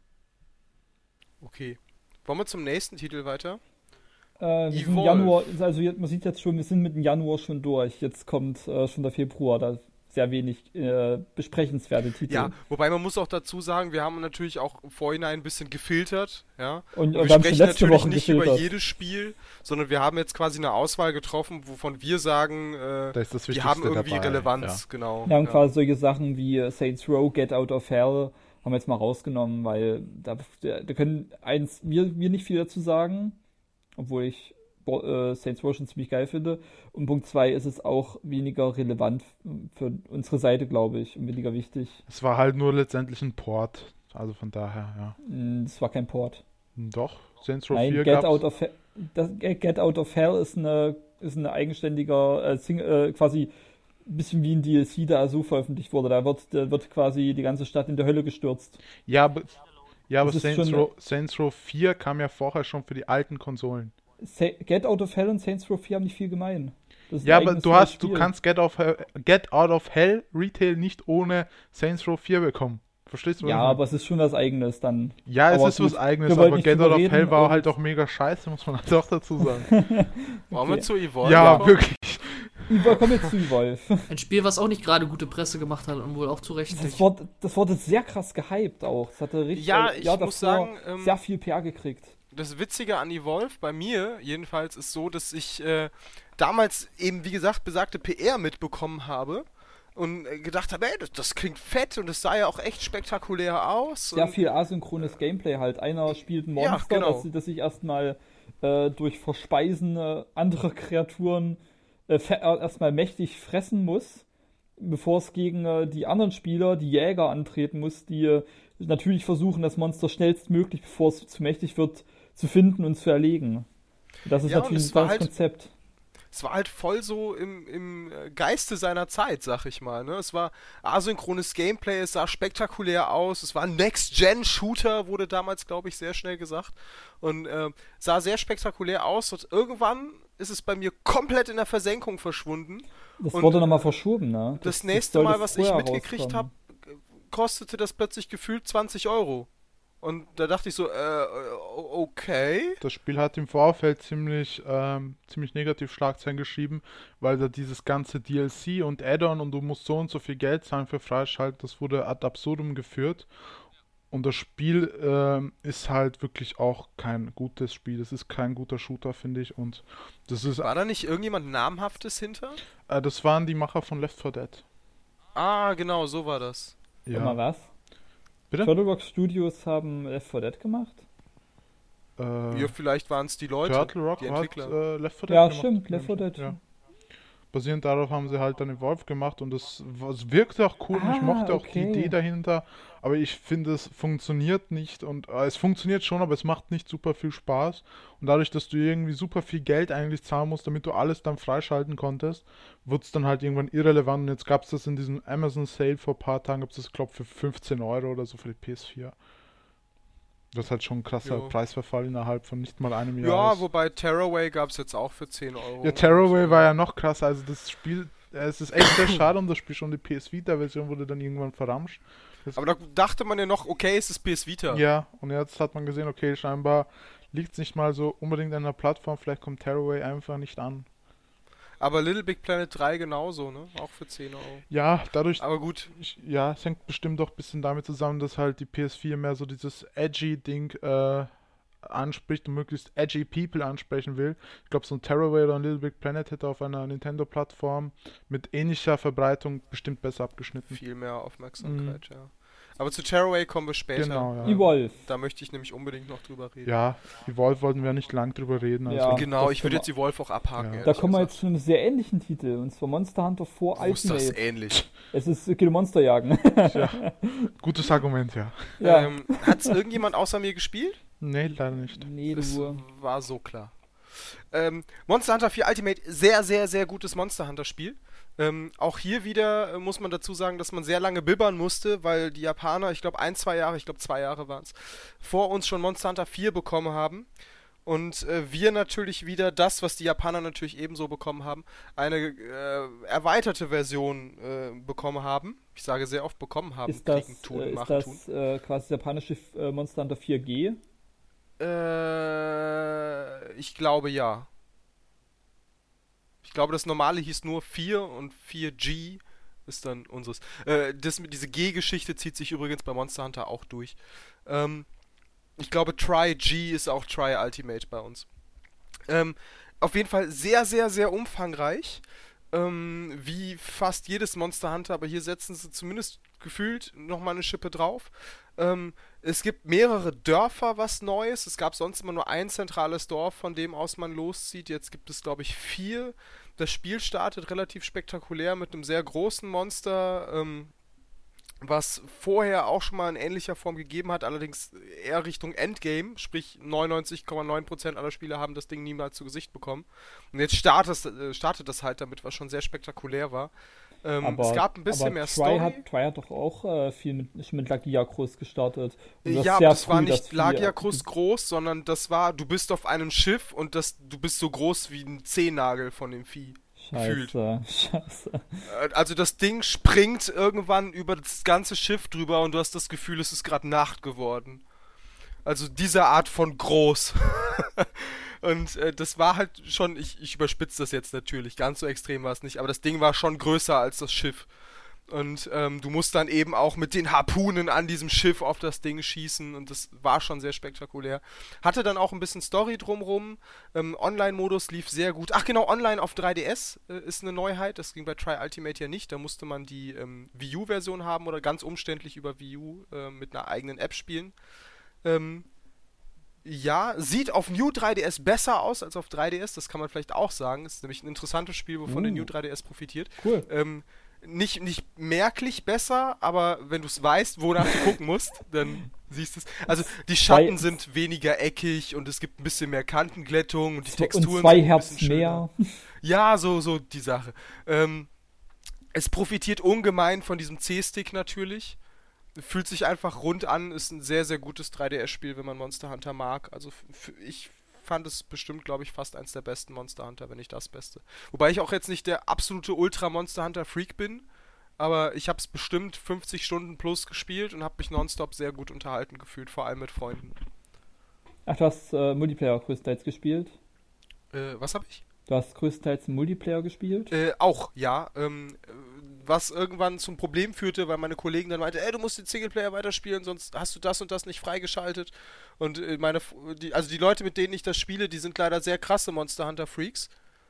Okay. Wollen wir zum nächsten Titel weiter? Äh, wir sind im Evolve. Januar, also jetzt, man sieht jetzt schon, wir sind mit dem Januar schon durch. Jetzt kommt äh, schon der Februar, da sehr wenig äh, besprechenswerte Titel. Ja, wobei man muss auch dazu sagen, wir haben natürlich auch im Vorhinein ein bisschen gefiltert, ja. Und, und wir wir haben schon sprechen letzte natürlich Woche nicht gefiltert. über jedes Spiel, sondern wir haben jetzt quasi eine Auswahl getroffen, wovon wir sagen, äh, Da ist das die Wichtigste haben irgendwie dabei, Relevanz, ja. genau. Wir haben ja. quasi solche Sachen wie äh, Saints Row, Get Out of Hell, haben wir jetzt mal rausgenommen, weil da, da können eins, wir, wir nicht viel dazu sagen, obwohl ich äh, Saints Row schon ziemlich geil finde. Und Punkt zwei ist es auch weniger relevant für unsere Seite, glaube ich, und weniger wichtig. Es war halt nur letztendlich ein Port, also von daher, ja. Es war kein Port. Doch, Saints Row Nein, vier Get gab's. Out of Hell, das, Get Out of Hell ist eine ist eine eigenständiger äh, Sing, äh, quasi ein bisschen wie ein D L C, da so veröffentlicht wurde. Da wird, da wird quasi die ganze Stadt in der Hölle gestürzt. Ja, aber, ja, aber Das ist Saints schon- Row, Saints Row vier kam ja vorher schon für die alten Konsolen. Sa- Get Out of Hell und Saints Row vier haben nicht viel gemein. Das ist Ja, ein aber eigenes du hast, du Spiel. kannst Get, of Hell, Get Out of Hell Retail nicht ohne Saints Row vier bekommen. Verstehst du? was Ja, ich meine? aber es ist schon was Eigenes dann. Ja, es aber ist was gut, Eigenes, wir wollten aber nicht Get Out drüber of Hell reden war und- halt auch mega scheiße, muss man halt auch dazu sagen. Wollen wir Okay. zu Evolve? Ja, kommen? wirklich. Über, komm jetzt zu Evolve. Ein Spiel, was auch nicht gerade gute Presse gemacht hat und wohl auch zu Recht Das nicht. wurde, das wurde sehr krass gehypt auch. Das hatte richtig Ja, äh, ich Jahr muss davor sagen, ähm, sehr viel P R gekriegt. Das Witzige an Evolve, bei mir jedenfalls, ist so, dass ich äh, damals eben, wie gesagt, besagte P R mitbekommen habe und äh, gedacht habe, ey, das, das klingt fett und das sah ja auch echt spektakulär aus. Sehr und, viel asynchrones Gameplay halt. Einer spielt ein Ja, Monster, genau. das, das sich erstmal äh, durch Verspeisen äh, anderer Kreaturen äh, fe- äh, erstmal mächtig fressen muss, bevor es gegen äh, die anderen Spieler, die Jäger, antreten muss, die äh, natürlich versuchen, das Monster schnellstmöglich, bevor es zu mächtig wird, zu finden und zu erlegen. Das ist Ja, und natürlich es ein war tolles halt- Konzept. Es war halt voll so im, im äh, Geiste seiner Zeit, sag ich mal. Ne? Es war asynchrones Gameplay, es sah spektakulär aus, es war ein Next-Gen-Shooter, wurde damals, glaube ich, sehr schnell gesagt. Und äh, sah sehr spektakulär aus und irgendwann ist es bei mir komplett in der Versenkung verschwunden. Das und, wurde äh, nochmal verschoben, ne? Das, nächste sollte Mal, was ich früher mitgekriegt habe, rauskommen. kostete das plötzlich gefühlt zwanzig Euro. Und da dachte ich so, äh, okay. Das Spiel hat im Vorfeld ziemlich, ähm, ziemlich negativ Schlagzeilen geschrieben, weil da dieses ganze D L C und Add-on und du musst so und so viel Geld zahlen für Freischalten, das wurde ad absurdum geführt. Und das Spiel ähm, ist halt wirklich auch kein gutes Spiel. Es ist kein guter Shooter, finde ich. Und das ist, War da nicht irgendjemand Namhaftes hinter? äh, das waren die Macher von Left four Dead. Ah, genau, so war das. Sag mal was? Bitte? Turtle Rock Studios haben Left four Dead gemacht? Äh, Ja, vielleicht waren es die Leute, Turtle Rock die hat Entwickler. äh, Left four Dead Ja, gemacht. stimmt, Left four Dead. Ja. Basierend darauf haben sie halt dann Evolve gemacht und es, es wirkte auch cool und ich Ah, mochte auch die okay. Idee dahinter, aber ich finde, es funktioniert nicht und äh, es funktioniert schon, aber es macht nicht super viel Spaß und dadurch, dass du irgendwie super viel Geld eigentlich zahlen musst, damit du alles dann freischalten konntest, wird es dann halt irgendwann irrelevant und jetzt gab es das in diesem Amazon Sale vor ein paar Tagen, gab es das, glaube ich, für fünfzehn Euro oder so für die P S vier. Das ist halt schon ein krasser Jo. Preisverfall innerhalb von nicht mal einem Jahr. Ja, ist. wobei Tearaway gab es jetzt auch für zehn Euro. Ja, Tearaway war ja noch krasser. Also das Spiel, äh, es ist echt sehr schade um das Spiel. Schon die P S Vita-Version wurde dann irgendwann verramscht. Das, Aber da dachte man ja noch, okay, es ist P S Vita. ja, und jetzt hat man gesehen, okay, scheinbar liegt es nicht mal so unbedingt an der Plattform. Vielleicht kommt Tearaway einfach nicht an. Aber Little Big Planet drei genauso, ne? Auch für zehn Euro. Ja, dadurch, Aber gut, ich, ja, es hängt bestimmt doch ein bisschen damit zusammen, dass halt die P S vier mehr so dieses edgy Ding äh, anspricht und möglichst edgy People ansprechen will. Ich glaube, so ein Tearaway oder ein Little Big Planet hätte auf einer Nintendo-Plattform mit ähnlicher Verbreitung bestimmt besser abgeschnitten. Viel mehr Aufmerksamkeit, mhm. ja. Aber zu Tearaway kommen wir später. Genau, ja. Evolve. Da möchte ich nämlich unbedingt noch drüber reden. Ja, Evolve wollten wir nicht lang drüber reden. Also. Ja, genau, ich würde jetzt Evolve auch abhaken. Ja. Da kommen wir jetzt zu einem sehr ähnlichen Titel, und zwar Monster Hunter vier Wo ist das Ultimate. ähnlich? Es ist äh, Monster jagen. Ja. Gutes Argument, ja. Ja. Ähm, Hat es irgendjemand außer mir gespielt? Nee, leider nicht. Nee, Das du. war so klar. Ähm, Monster Hunter vier Ultimate, sehr, sehr, sehr gutes Monster Hunter Spiel. Ähm, auch hier wieder äh, muss man dazu sagen, dass man sehr lange bibbern musste, weil die Japaner, ich glaube ein, zwei Jahre, ich glaube zwei Jahre waren es, vor uns schon Monster Hunter vier bekommen haben. Und äh, wir natürlich wieder das, was die Japaner natürlich ebenso bekommen haben, eine äh, erweiterte Version äh, bekommen haben. Ich sage sehr oft bekommen haben. Ist das, kriegen, tun, äh, ist machen, das äh, quasi japanische äh, Monster Hunter vier G? Äh, ich glaube ja. Ich glaube, das normale hieß nur vier und vier G ist dann unseres. Äh, das, diese G-Geschichte zieht sich übrigens bei Monster Hunter auch durch. Ähm, ich glaube, Tri-G ist auch Tri-Ultimate bei uns. Ähm, auf jeden Fall sehr, sehr, sehr umfangreich. Ähm, wie fast jedes Monster Hunter, aber hier setzen sie zumindest gefühlt nochmal eine Schippe drauf. Ähm, es gibt mehrere Dörfer, was Neues. Es gab sonst immer nur ein zentrales Dorf, von dem aus man loszieht. Jetzt gibt es, glaube ich, vier. Das Spiel startet relativ spektakulär mit einem sehr großen Monster, ähm, was vorher auch schon mal in ähnlicher Form gegeben hat, allerdings eher Richtung Endgame, sprich neunundneunzig Komma neun Prozent aller Spieler haben das Ding niemals zu Gesicht bekommen. Und jetzt startet, äh, startet das halt damit, was schon sehr spektakulär war. Ähm, aber, es gab ein bisschen aber mehr Tri Story. Hat, Tri hat doch auch äh, viel mit, mit Lagiacruz gestartet. Und Ja, sehr aber das war früh, nicht dass wir- Lagiacruz groß, sondern das war, du bist auf einem Schiff und das, du bist so groß wie ein Zehennagel von dem Vieh. Scheiße, scheiße. Äh, Also das Ding springt irgendwann über das ganze Schiff drüber und du hast das Gefühl, es ist gerade Nacht geworden. Also diese Art von groß. Und äh, das war halt schon, ich, ich überspitze das jetzt natürlich, ganz so extrem war es nicht, aber das Ding war schon größer als das Schiff. Und ähm, du musst dann eben auch mit den Harpunen an diesem Schiff auf das Ding schießen und das war schon sehr spektakulär. Hatte dann auch ein bisschen Story drumrum. Ähm, Online-Modus lief sehr gut. Ach genau, Online auf drei D S äh, ist eine Neuheit. Das ging bei Tri-Ultimate ja nicht. Da musste man die ähm, Wii U-Version haben oder ganz umständlich über Wii U äh, mit einer eigenen App spielen. Ähm, ja, sieht auf New drei D S besser aus als auf drei D S. Das kann man vielleicht auch sagen. Ist nämlich ein interessantes Spiel, wovon Uh. der New drei D S profitiert. Cool. Ähm, Nicht, nicht merklich besser, aber wenn du es weißt, wonach du gucken musst, dann siehst du es. Also die Schatten Zwei- sind weniger eckig und es gibt ein bisschen mehr Kantenglättung und die Und Texturen zwei sind ein Hertz bisschen schöner. mehr. Ja, so, so die Sache. Ähm, es profitiert ungemein von diesem C-Stick natürlich. Fühlt sich einfach rund an, ist ein sehr, sehr gutes drei D S-Spiel, wenn man Monster Hunter mag. Also f- f- ich fand es bestimmt, glaube ich, fast eins der besten Monster Hunter, wenn nicht das Beste. Wobei ich auch jetzt nicht der absolute Ultra-Monster Hunter-Freak bin, aber ich habe es bestimmt fünfzig Stunden plus gespielt und habe mich nonstop sehr gut unterhalten gefühlt, vor allem mit Freunden. Ach, du hast äh, Multiplayer größtenteils gespielt? Äh, was habe ich? Du hast größtenteils Multiplayer gespielt? Äh, auch, ja. Ähm, äh, was irgendwann zum Problem führte, weil meine Kollegen dann meinten, ey, du musst den Singleplayer weiterspielen, sonst hast du das und das nicht freigeschaltet. Und äh, meine, F- die, also die Leute, mit denen ich das spiele, die sind leider sehr krasse Monster Hunter Freaks.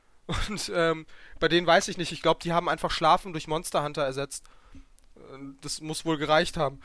Und ähm, bei denen weiß ich nicht, ich glaube, die haben einfach Schlafen durch Monster Hunter ersetzt. Äh, Das muss wohl gereicht haben.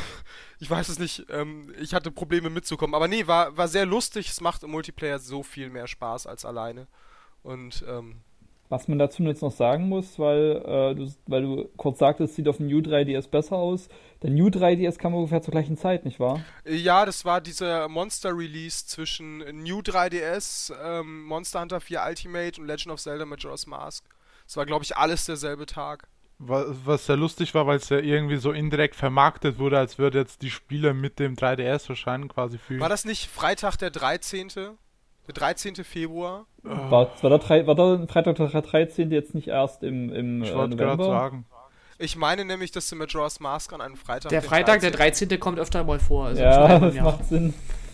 Ich weiß es nicht, ähm, ich hatte Probleme mitzukommen. Aber nee, war, war sehr lustig, es macht im Multiplayer so viel mehr Spaß als alleine. Und ähm, Was man dazu jetzt noch sagen muss, weil, äh, du, weil du kurz sagtest, es sieht auf dem New drei D S besser aus. Der New drei D S kam ungefähr zur gleichen Zeit, nicht wahr? Ja, das war dieser Monster-Release zwischen New drei D S, ähm, Monster Hunter vier Ultimate und Legend of Zelda Majora's Mask. Das war, glaube ich, alles derselbe Tag. Was, was sehr lustig war, weil es ja irgendwie so indirekt vermarktet wurde, als würde jetzt die Spiele mit dem drei D S erscheinen, quasi für. War das nicht Freitag der dreizehnte? Der dreizehnte Februar? War, war, der, drei- war der Freitag der dreizehnte jetzt nicht erst im, im Ich äh, wollte gerade November? sagen. Ich meine nämlich, dass der Majora's Mask an einem Freitag Der den Freitag, der dreizehnten dreizehnte kommt öfter mal vor. Also Ja, schon das im Jahr. macht Sinn.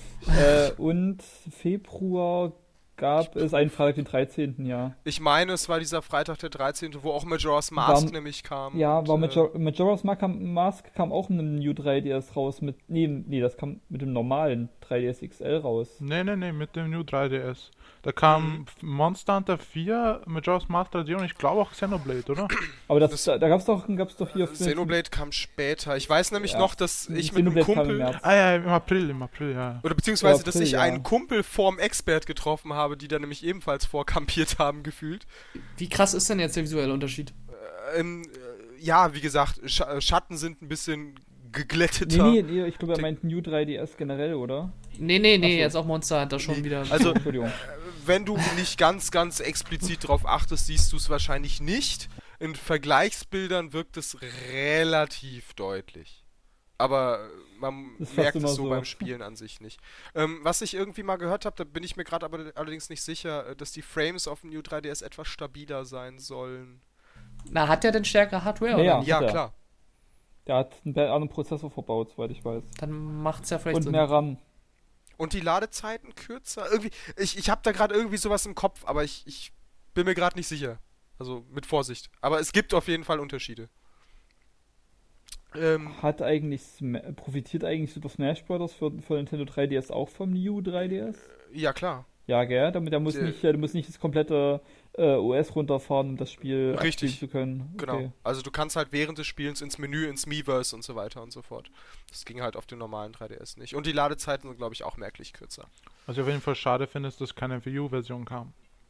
äh, und Februar gab es einen Freitag, den dreizehnten, ja. Ich meine, es war dieser Freitag der dreizehnte, wo auch Majora's Mask War- nämlich kam. Ja, und, war äh, Major Majora's Mask kam, Mask kam auch mit einem New drei D S raus. Mit, nee, nee, das kam mit dem normalen drei D S X L raus. Nee, nee, nee, mit dem New drei D S. Da kam Mhm. Monster Hunter vier, Majora's Mask drei D und ich glaube auch Xenoblade, oder? Aber das, Das- da, da gab's doch, gab's doch hier... Xenoblade kam später. Ich weiß nämlich Ja. noch, dass ich mit einem Xenoblade kam im Kumpel, März. Ah ja, im April, im April, ja. oder beziehungsweise, Ja, dass April, ich ja. einen Kumpel vorm Expert getroffen habe, die da nämlich ebenfalls vorkampiert haben, gefühlt. Wie krass ist denn jetzt der visuelle Unterschied? Ähm, äh, ja, wie gesagt, Sch äh, Schatten sind ein bisschen geglätteter. Nee, nee, nee, ich glaube, er Tick- meint New drei D S generell, oder? Nee, nee, nee, Ach so. jetzt auch Monster Hunter schon Nee, wieder. also- Entschuldigung. Wenn du nicht ganz, ganz explizit drauf achtest, siehst du es wahrscheinlich nicht. In Vergleichsbildern wirkt es relativ deutlich. Aber man Ist fast merkt immer es so so. beim Spielen an sich nicht. Ähm, was ich irgendwie mal gehört habe, da bin ich mir gerade aber allerdings nicht sicher, äh, dass die Frames auf dem New drei D S etwas stabiler sein sollen. Na, hat der denn stärkere Hardware? Ja, oder ja. nicht? Ja, er. klar. Der hat einen be- anderen Prozessor verbaut, soweit ich weiß. Dann macht's ja vielleicht Und Sinn. mehr RAM. Und die Ladezeiten kürzer? Irgendwie, ich, ich habe da gerade irgendwie sowas im Kopf, aber ich, ich bin mir gerade nicht sicher. Also mit Vorsicht. Aber es gibt auf jeden Fall Unterschiede. Ähm, Hat eigentlich, Sma- profitiert eigentlich Super Smash Bros. für, für Nintendo drei D S auch vom New drei D S? ja, klar. Ja, gell? Damit der muss Die- nicht, der muss nicht das komplette äh, O S runterfahren, um das Spiel Richtig. abspielen zu können. Genau. Okay. Also du kannst halt während des Spielens ins Menü, ins Miiverse und so weiter und so fort. Das ging halt auf dem normalen drei D S nicht. Und die Ladezeiten sind, glaube ich, auch merklich kürzer. Was ich auf jeden Fall schade finde, ist, dass keine Wii U-Version kam.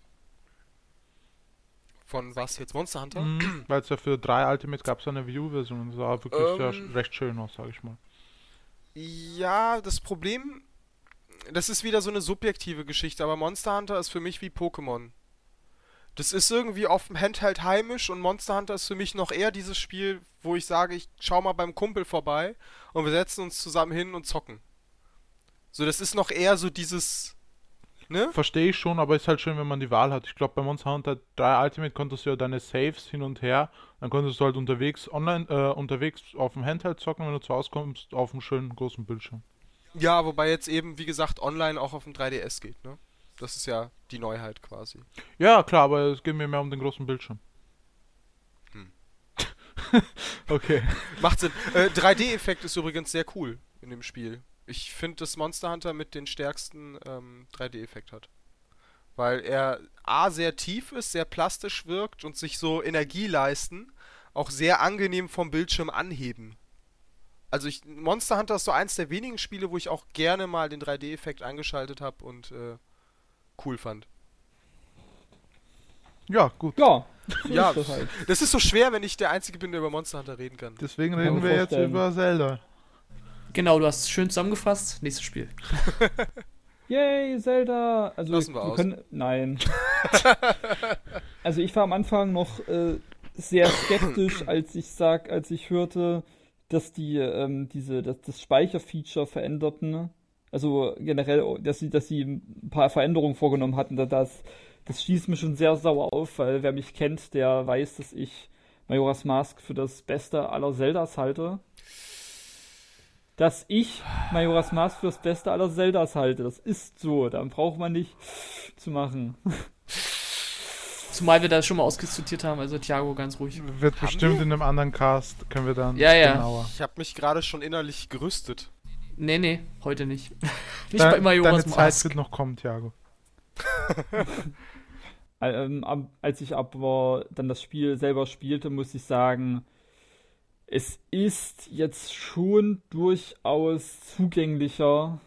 Von was jetzt? Monster Hunter? Mhm. Weil es ja für drei Ultimate gab es eine Wii U-Version und das sah wirklich Ähm. sehr, sch- recht schön aus, sag ich mal. Ja, das Problem, das ist wieder so eine subjektive Geschichte, aber Monster Hunter ist für mich wie Pokémon. Das ist irgendwie auf dem Handheld heimisch und Monster Hunter ist für mich noch eher dieses Spiel, wo ich sage, ich schau mal beim Kumpel vorbei und wir setzen uns zusammen hin und zocken. So, das ist noch eher so dieses, ne? Verstehe ich schon, aber ist halt schön, wenn man die Wahl hat. Ich glaube, bei Monster Hunter drei Ultimate konntest du ja deine Saves hin und her, dann konntest du halt unterwegs online, äh, unterwegs auf dem Handheld zocken, wenn du zu Hause kommst, auf einem schönen großen Bildschirm. Ja, wobei jetzt eben, wie gesagt, online auch auf dem drei D S geht, ne? Das ist ja die Neuheit quasi. Ja, klar, aber es geht mir mehr um den großen Bildschirm. Hm. Okay. Macht Sinn. Äh, drei D-Effekt ist übrigens sehr cool in dem Spiel. Ich finde, dass Monster Hunter mit den stärksten ähm, drei D-Effekt hat. Weil er A, sehr tief ist, sehr plastisch wirkt und sich so Energie leisten, auch sehr angenehm vom Bildschirm anheben. Also ich, Monster Hunter ist so eins der wenigen Spiele, wo ich auch gerne mal den drei D-Effekt eingeschaltet habe und äh, cool fand. Ja, gut. Ja, so Ja, ist das halt. das ist so schwer, wenn ich der Einzige bin, der über Monster Hunter reden kann. Deswegen Kann reden man wir jetzt vorstellen. über Zelda. Genau, du hast es schön zusammengefasst. Nächstes Spiel. Yay, Zelda! Also Lassen wir wir aus. können. Nein. Also ich war am Anfang noch äh, sehr skeptisch, als ich sag, als ich hörte, dass die ähm, diese, dass das Speicherfeature veränderten. Also generell, dass sie, dass sie ein paar Veränderungen vorgenommen hatten. Da- Das, das stieß mir schon sehr sauer auf, weil wer mich kennt, der weiß, dass ich Majora's Mask für das Beste aller Zeldas halte. Dass ich Majora's Mask für das Beste aller Zeldas halte. Das ist so. Dann braucht man nicht zu machen. Zumal wir das schon mal ausdiskutiert haben, also Thiago, ganz ruhig. Wird Haben bestimmt wir? in einem anderen Cast, können wir dann Ja, ja. genauer. Ich habe mich gerade schon innerlich gerüstet. Nee, nee, heute nicht. nicht Deine- bei Majora's Deine Zeit Mask. wird noch kommen, Thiago. Ähm, ab- als ich aber dann das Spiel selber spielte, muss ich sagen, es ist jetzt schon durchaus zugänglicher.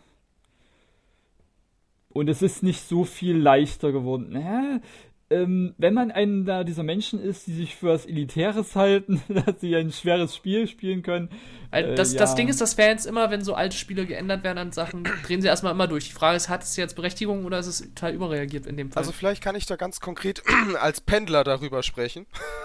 Und es ist nicht so viel leichter geworden. Hä? Ähm, wenn man einer dieser Menschen ist, die sich für was Elitäres halten, dass sie ein schweres Spiel spielen können. Weil Äh, das, ja. das Ding ist, dass Fans immer, wenn so alte Spiele geändert werden an Sachen, drehen sie erstmal immer durch. Die Frage ist, hat es jetzt Berechtigung oder ist es total überreagiert in dem Fall? Also vielleicht kann ich da ganz konkret als Pendler darüber sprechen.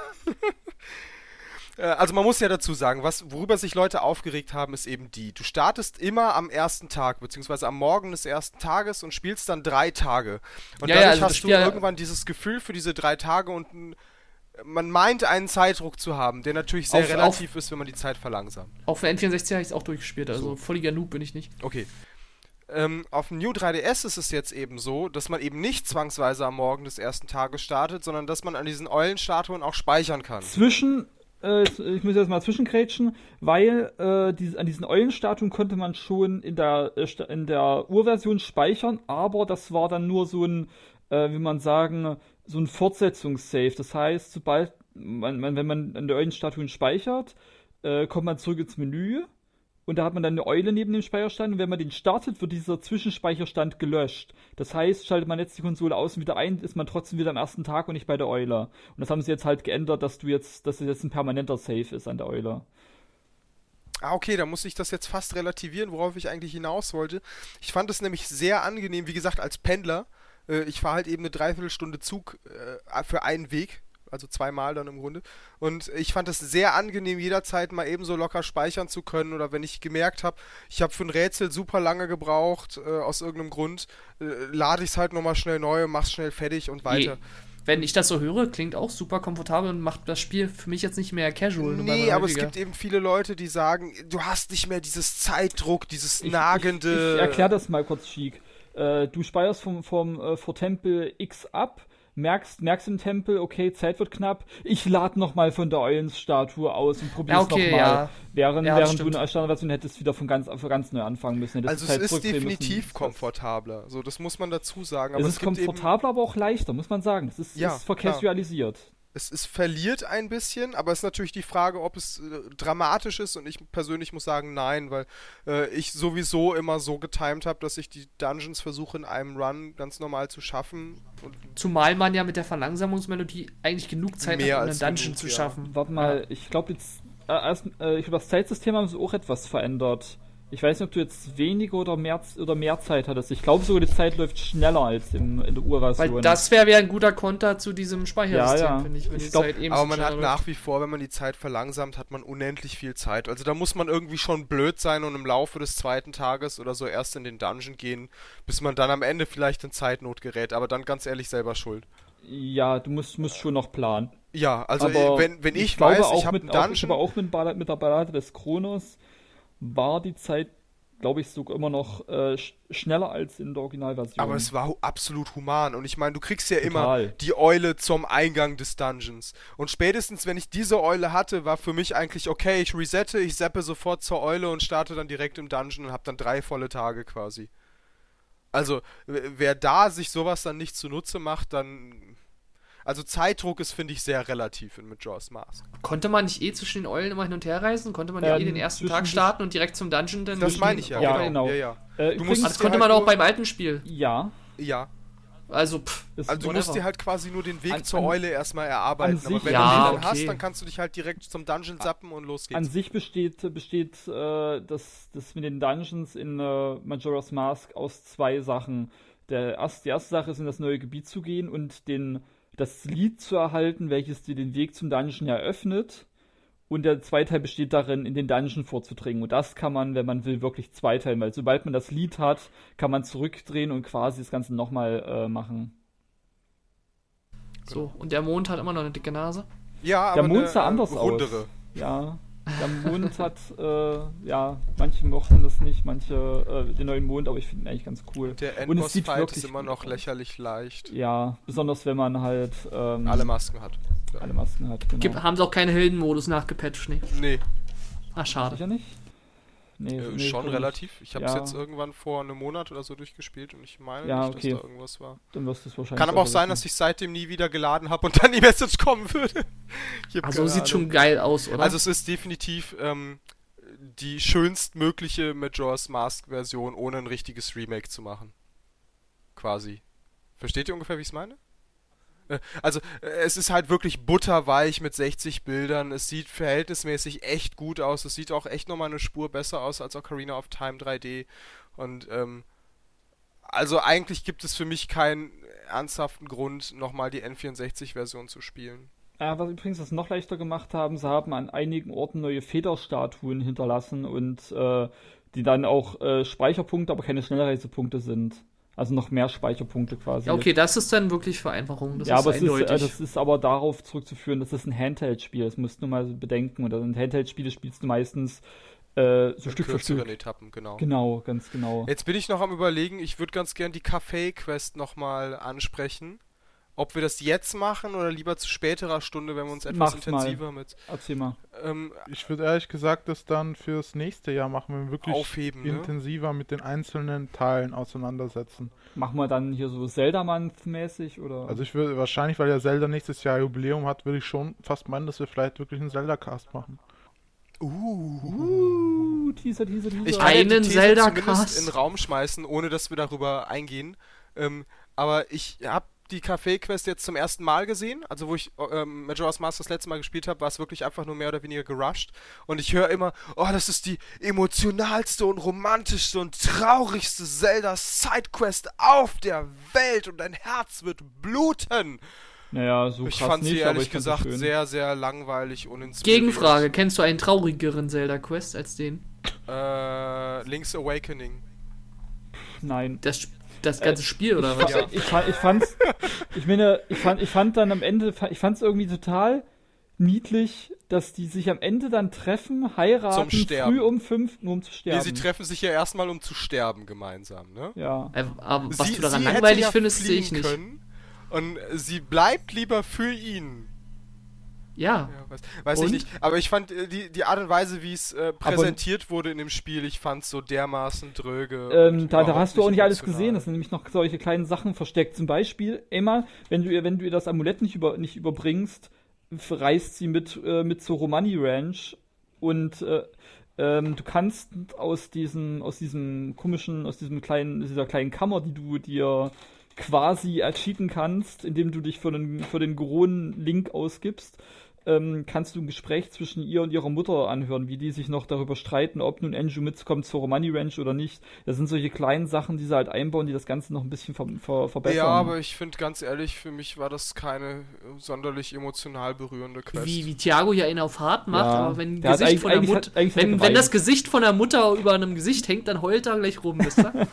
Äh, Also man muss ja dazu sagen, was, worüber sich Leute aufgeregt haben, ist eben die. Du startest immer am ersten Tag, beziehungsweise am Morgen des ersten Tages und spielst dann drei Tage. Und Ja, ja, dadurch also das hast du Spiel- irgendwann dieses Gefühl für diese drei Tage und n- man meint einen Zeitdruck zu haben, der natürlich sehr Auf- relativ ist, wenn man die Zeit verlangsamt. Auch für N vierundsechzig habe ich es auch durchgespielt, also So. völliger Noob bin ich nicht. Okay. Ähm, auf dem New drei D S ist es jetzt eben so, dass man eben nicht zwangsweise am Morgen des ersten Tages startet, sondern dass man an diesen Eulenstatuen auch speichern kann. Zwischen, äh, ich muss jetzt mal zwischengrätschen, weil äh, die, an diesen Eulenstatuen konnte man schon in der, äh, in der Urversion speichern, aber das war dann nur so ein, äh, wie man sagen, so ein Fortsetzungssave. Das heißt, sobald man, man wenn man an der Eulenstatuen speichert, äh, kommt man zurück ins Menü und da hat man dann eine Eule neben dem Speicherstand und wenn man den startet, wird dieser Zwischenspeicherstand gelöscht. Das heißt, schaltet man jetzt die Konsole aus und wieder ein, ist man trotzdem wieder am ersten Tag und nicht bei der Eule. Und das haben sie jetzt halt geändert, dass du jetzt, dass es jetzt ein permanenter Save ist an der Eule. Ah, okay, da muss ich das jetzt fast relativieren, worauf ich eigentlich hinaus wollte. Ich fand es nämlich sehr angenehm, wie gesagt, als Pendler. Äh, ich fahre halt eben eine Dreiviertelstunde Zug äh, für einen Weg. Also zweimal dann im Grunde. Und ich fand es sehr angenehm, jederzeit mal eben so locker speichern zu können. Oder wenn ich gemerkt habe, ich habe für ein Rätsel super lange gebraucht, äh, aus irgendeinem Grund, äh, lade ich es halt nochmal schnell neu, mach's schnell fertig und weiter. Je, wenn ich das so höre, klingt auch super komfortabel und macht das Spiel für mich jetzt nicht mehr casual. Nee, aber es gibt eben viele Leute, die sagen, du hast nicht mehr dieses Zeitdruck, dieses ich, nagende... Ich, ich erklär das mal kurz, Chic. Äh, du speicherst vom, vom äh, vor Tempel X ab, Merkst, merkst im Tempel, okay, Zeit wird knapp, ich lade nochmal von der Eulensstatue aus und probier's ja, okay, nochmal. Ja. Während, ja, während du eine Standardversion hättest wieder von ganz, von ganz neu anfangen müssen. Also es ist definitiv müssen. komfortabler, so, das muss man dazu sagen. Aber es ist ist komfortabler, aber auch leichter, muss man sagen. Das ist, ja, ist vercasualisiert. Es, es verliert ein bisschen, aber es ist natürlich die Frage, ob es äh, dramatisch ist und ich persönlich muss sagen, nein, weil äh, ich sowieso immer so getimed habe, dass ich die Dungeons versuche in einem Run ganz normal zu schaffen. Und zumal man ja mit der Verlangsamungsmelodie eigentlich genug Zeit hat, um einen Dungeon genug, zu ja. schaffen. Warte mal, ja. ich glaube jetzt, äh, erst, äh, ich glaube das Zeitsystem haben sie auch etwas verändert. Ich weiß nicht, ob du jetzt weniger oder mehr, oder mehr Zeit hattest. Ich glaube sogar, die Zeit läuft schneller als im, in der Urversion. Weil das wäre wär ein guter Konter zu diesem Speichersystem, ja, ja. finde ich. Wenn ich die glaub, Zeit eben aber man hat läuft. nach wie vor, wenn man die Zeit verlangsamt, hat man unendlich viel Zeit. Also da muss man irgendwie schon blöd sein und im Laufe des zweiten Tages oder so erst in den Dungeon gehen, bis man dann am Ende vielleicht in Zeitnot gerät. Aber dann ganz ehrlich selber schuld. Ja, du musst, musst schon noch planen. Ja, also aber wenn, wenn ich, ich weiß, glaube, ich habe einen Dungeon... Auch, ich glaube auch mit, Ballade, mit der Ballade des Kronos war die Zeit, glaube ich, sogar immer noch äh, sch- schneller als in der Originalversion. Aber es war hu- absolut human. Und ich meine, du kriegst ja Total. immer die Eule zum Eingang des Dungeons. Und spätestens, wenn ich diese Eule hatte, war für mich eigentlich, okay, ich resette, ich zappe sofort zur Eule und starte dann direkt im Dungeon und habe dann drei volle Tage quasi. Also, w- wer da sich sowas dann nicht zunutze macht, dann... Also Zeitdruck ist, finde ich, sehr relativ in Majora's Mask. Konnte man nicht eh zwischen den Eulen immer hin und her reisen? Konnte man Ähm, ja eh den ersten Tag starten und direkt zum Dungeon dann... Das meine ich ja, Ja, genau. genau. Ja, ja. Äh, Du übrigens- musst Ah, das dir konnte halt man auch nur- beim alten Spiel. Ja. Ja. Also, pff. Ist Also du whatever. musst dir halt quasi nur den Weg An- zur an- Eule erstmal erarbeiten. an Aber sich- wenn Ja, du den dann okay. hast, dann kannst du dich halt direkt zum Dungeon zappen und los geht's. An sich besteht, besteht äh, das, das mit den Dungeons in äh, Majora's Mask aus zwei Sachen. Der erst, die erste Sache ist, in das neue Gebiet zu gehen und den, das Lied zu erhalten, welches dir den Weg zum Dungeon eröffnet. Und der zweite Teil besteht darin, in den Dungeon vorzudringen. Und das kann man, wenn man will, wirklich zweiteilen. Weil sobald man das Lied hat, kann man zurückdrehen und quasi das Ganze nochmal äh, machen. So, und der Mond hat immer noch eine dicke Nase. Ja, aber Der Mond eine, sah äh, anders rundere. aus. Ja, der Mond hat, äh, ja, manche mochten das nicht, manche äh, den neuen Mond, aber ich finde ihn eigentlich ganz cool. Der Und es sieht Endboss-Fight wirklich ist immer gut noch aus. lächerlich leicht. Ja, besonders wenn man halt ähm, Alle Masken hat. Ja. alle Masken hat. Genau. Gibt, haben sie auch keinen Heldenmodus nachgepatcht, nee. Nee, Ach, schade. Sicher nicht? Nee, äh, nee, schon glaub relativ. Ich habe es Ja. jetzt irgendwann vor einem Monat oder so durchgespielt und ich meine Ja, nicht, okay. dass da irgendwas war. nicht. Dann wirst du es wahrscheinlich. Kann aber auch besser sein, wissen. dass ich seitdem nie wieder geladen habe und dann die Message kommen würde. Ich hab Also keine sieht schon Ahnung. geil aus, oder? Also es ist definitiv ähm, die schönstmögliche Majora's Mask Version, ohne ein richtiges Remake zu machen. Quasi. Versteht ihr ungefähr, wie ich es meine? Äh, Also, äh, es ist halt wirklich butterweich mit sechzig Bildern. Es sieht verhältnismäßig echt gut aus. Es sieht auch echt nochmal eine Spur besser aus als Ocarina of Time drei D. Und, ähm, also eigentlich gibt es für mich keinen ernsthaften Grund, nochmal die N vierundsechzig-Version zu spielen. Äh, was übrigens das noch leichter gemacht haben, sie haben an einigen Orten neue Federstatuen hinterlassen und äh, die dann auch äh, Speicherpunkte, aber keine Schnellreisepunkte sind. Also noch mehr Speicherpunkte quasi. ja, okay, das ist dann wirklich Vereinfachung. Das ja, ist aber es ist, eindeutig. äh, das ist aber darauf zurückzuführen, dass es ein Handheld-Spiel ist. Das musst du mal bedenken. Und in Handheld-Spiele spielst du meistens äh, so In Stück für kürzeren Stück. Etappen, genau. Genau, ganz genau. Jetzt bin ich noch am Überlegen, ich würde ganz gern die Café-Quest nochmal ansprechen, ob wir das jetzt machen oder lieber zu späterer Stunde, wenn wir uns etwas Mach's mal. intensiver mit Erzähl mal. ähm, Ich würde ehrlich gesagt das dann fürs nächste Jahr machen, wenn wir wirklich aufheben, ne? intensiver mit den einzelnen Teilen auseinandersetzen. Machen wir dann hier so Zelda-Month-mäßig oder? Also ich würde wahrscheinlich, weil ja Zelda nächstes Jahr Jubiläum hat, würde ich schon fast meinen, dass wir vielleicht wirklich einen Zelda-Cast machen. Uh. uh, Teaser, Teaser, Teaser. Ich kann ja die Einen These Zelda-Cast. zumindest in den Raum schmeißen, ohne dass wir darüber eingehen. Ähm, aber ich habe die Café-Quest jetzt zum ersten Mal gesehen. Also wo ich ähm, Majora's Mask das letzte Mal gespielt habe, war es wirklich einfach nur mehr oder weniger gerusht. Und ich höre immer, oh, das ist die emotionalste und romantischste und traurigste Zelda-Sidequest auf der Welt und dein Herz wird bluten. Naja, so Ich krass fand nicht, sie aber ehrlich ich fand sie gesagt schön. sehr, sehr langweilig, uninspiriert. Gegenfrage, kennst du einen traurigeren Zelda-Quest als den? Äh, Link's Awakening. Nein. Das, das ganze Äh, Spiel, oder ich, was? fa- ich, fa- ich fand's, ich meine, ich fand, ich fand dann am Ende, fa- ich fand's irgendwie total niedlich, dass die sich am Ende dann treffen, heiraten, Zum Sterben. früh um fünf, nur um zu Nee, sterben. sie treffen sich ja erstmal, um zu sterben gemeinsam, ne? Ja. Äh, aber was sie, du daran sie hätte langweilig ja findest, sehe ich fliehen nicht. können und sie bleibt lieber für ihn. Ja. Ja, weiß weiß ich Und? nicht. Aber ich fand äh, die, die Art und Weise, wie es äh, präsentiert wurde in dem Spiel, ich fand so dermaßen dröge. Ähm, und da, da überhaupt hast du auch nicht alles emotional. gesehen, das sind nämlich noch solche kleinen Sachen versteckt. Zum Beispiel, Emma, wenn du ihr, wenn du ihr das Amulett nicht, über, nicht überbringst, f- reist sie mit, äh, mit zur Romani Ranch und äh, ähm, du kannst aus diesem, aus diesem komischen, aus diesem kleinen, dieser kleinen Kammer, die du dir quasi ercheaten kannst, indem du dich für den, für den Goron-Link ausgibst, ähm, kannst du ein Gespräch zwischen ihr und ihrer Mutter anhören, wie die sich noch darüber streiten, ob nun Anju mitkommt zur Romani Ranch oder nicht. Das sind solche kleinen Sachen, die sie halt einbauen, die das Ganze noch ein bisschen ver ver verbessern. Ja, aber ich finde ganz ehrlich, für mich war das keine äh, sonderlich emotional berührende Quest. Wie, wie Thiago ja einen auf hart macht, Ja. aber wenn, Der hat Gesicht eigentlich- von der eigentlich Mut hat- eigentlich hat er wenn, wenn geweint. das Gesicht von der Mutter über einem Gesicht hängt, dann heult er gleich rum, wisst ihr?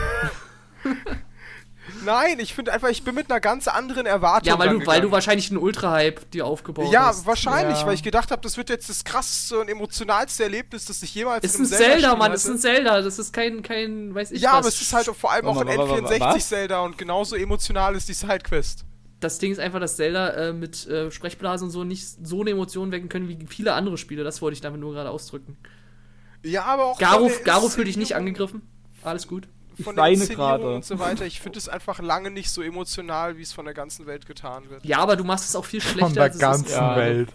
Nein, ich finde einfach, ich bin mit einer ganz anderen Erwartung Ja, weil du, weil rangegangen. du wahrscheinlich einen Ultra-Hype dir aufgebaut Ja, hast. wahrscheinlich, Ja. weil ich gedacht habe, das wird jetzt das krasseste und emotionalste Erlebnis, das ich jemals Ist in ein einem Zelda, Zelda-Spiel Mann, ist ein hatte. Zelda, das ist kein, kein, weiß ich Ja, was. aber es ist halt vor allem auch ein Warte mal, N warte mal, vierundsechzig was? Zelda und genauso emotional ist die Sidequest. Das Ding ist einfach, dass Zelda äh, mit äh, Sprechblasen und so nicht so eine Emotion wecken können wie viele andere Spiele. Das wollte ich damit nur gerade ausdrücken. Ja, aber auch Garo, von der Garo fühl dich nicht Inszenierung- angegriffen. Alles gut. Ich von der weine Inszenierung gerade. und so weiter. Ich finde es einfach lange nicht so emotional, wie es von der ganzen Welt getan wird. Ja, aber du machst es auch viel schlechter, Von der als es ganzen ist. Ja. Welt.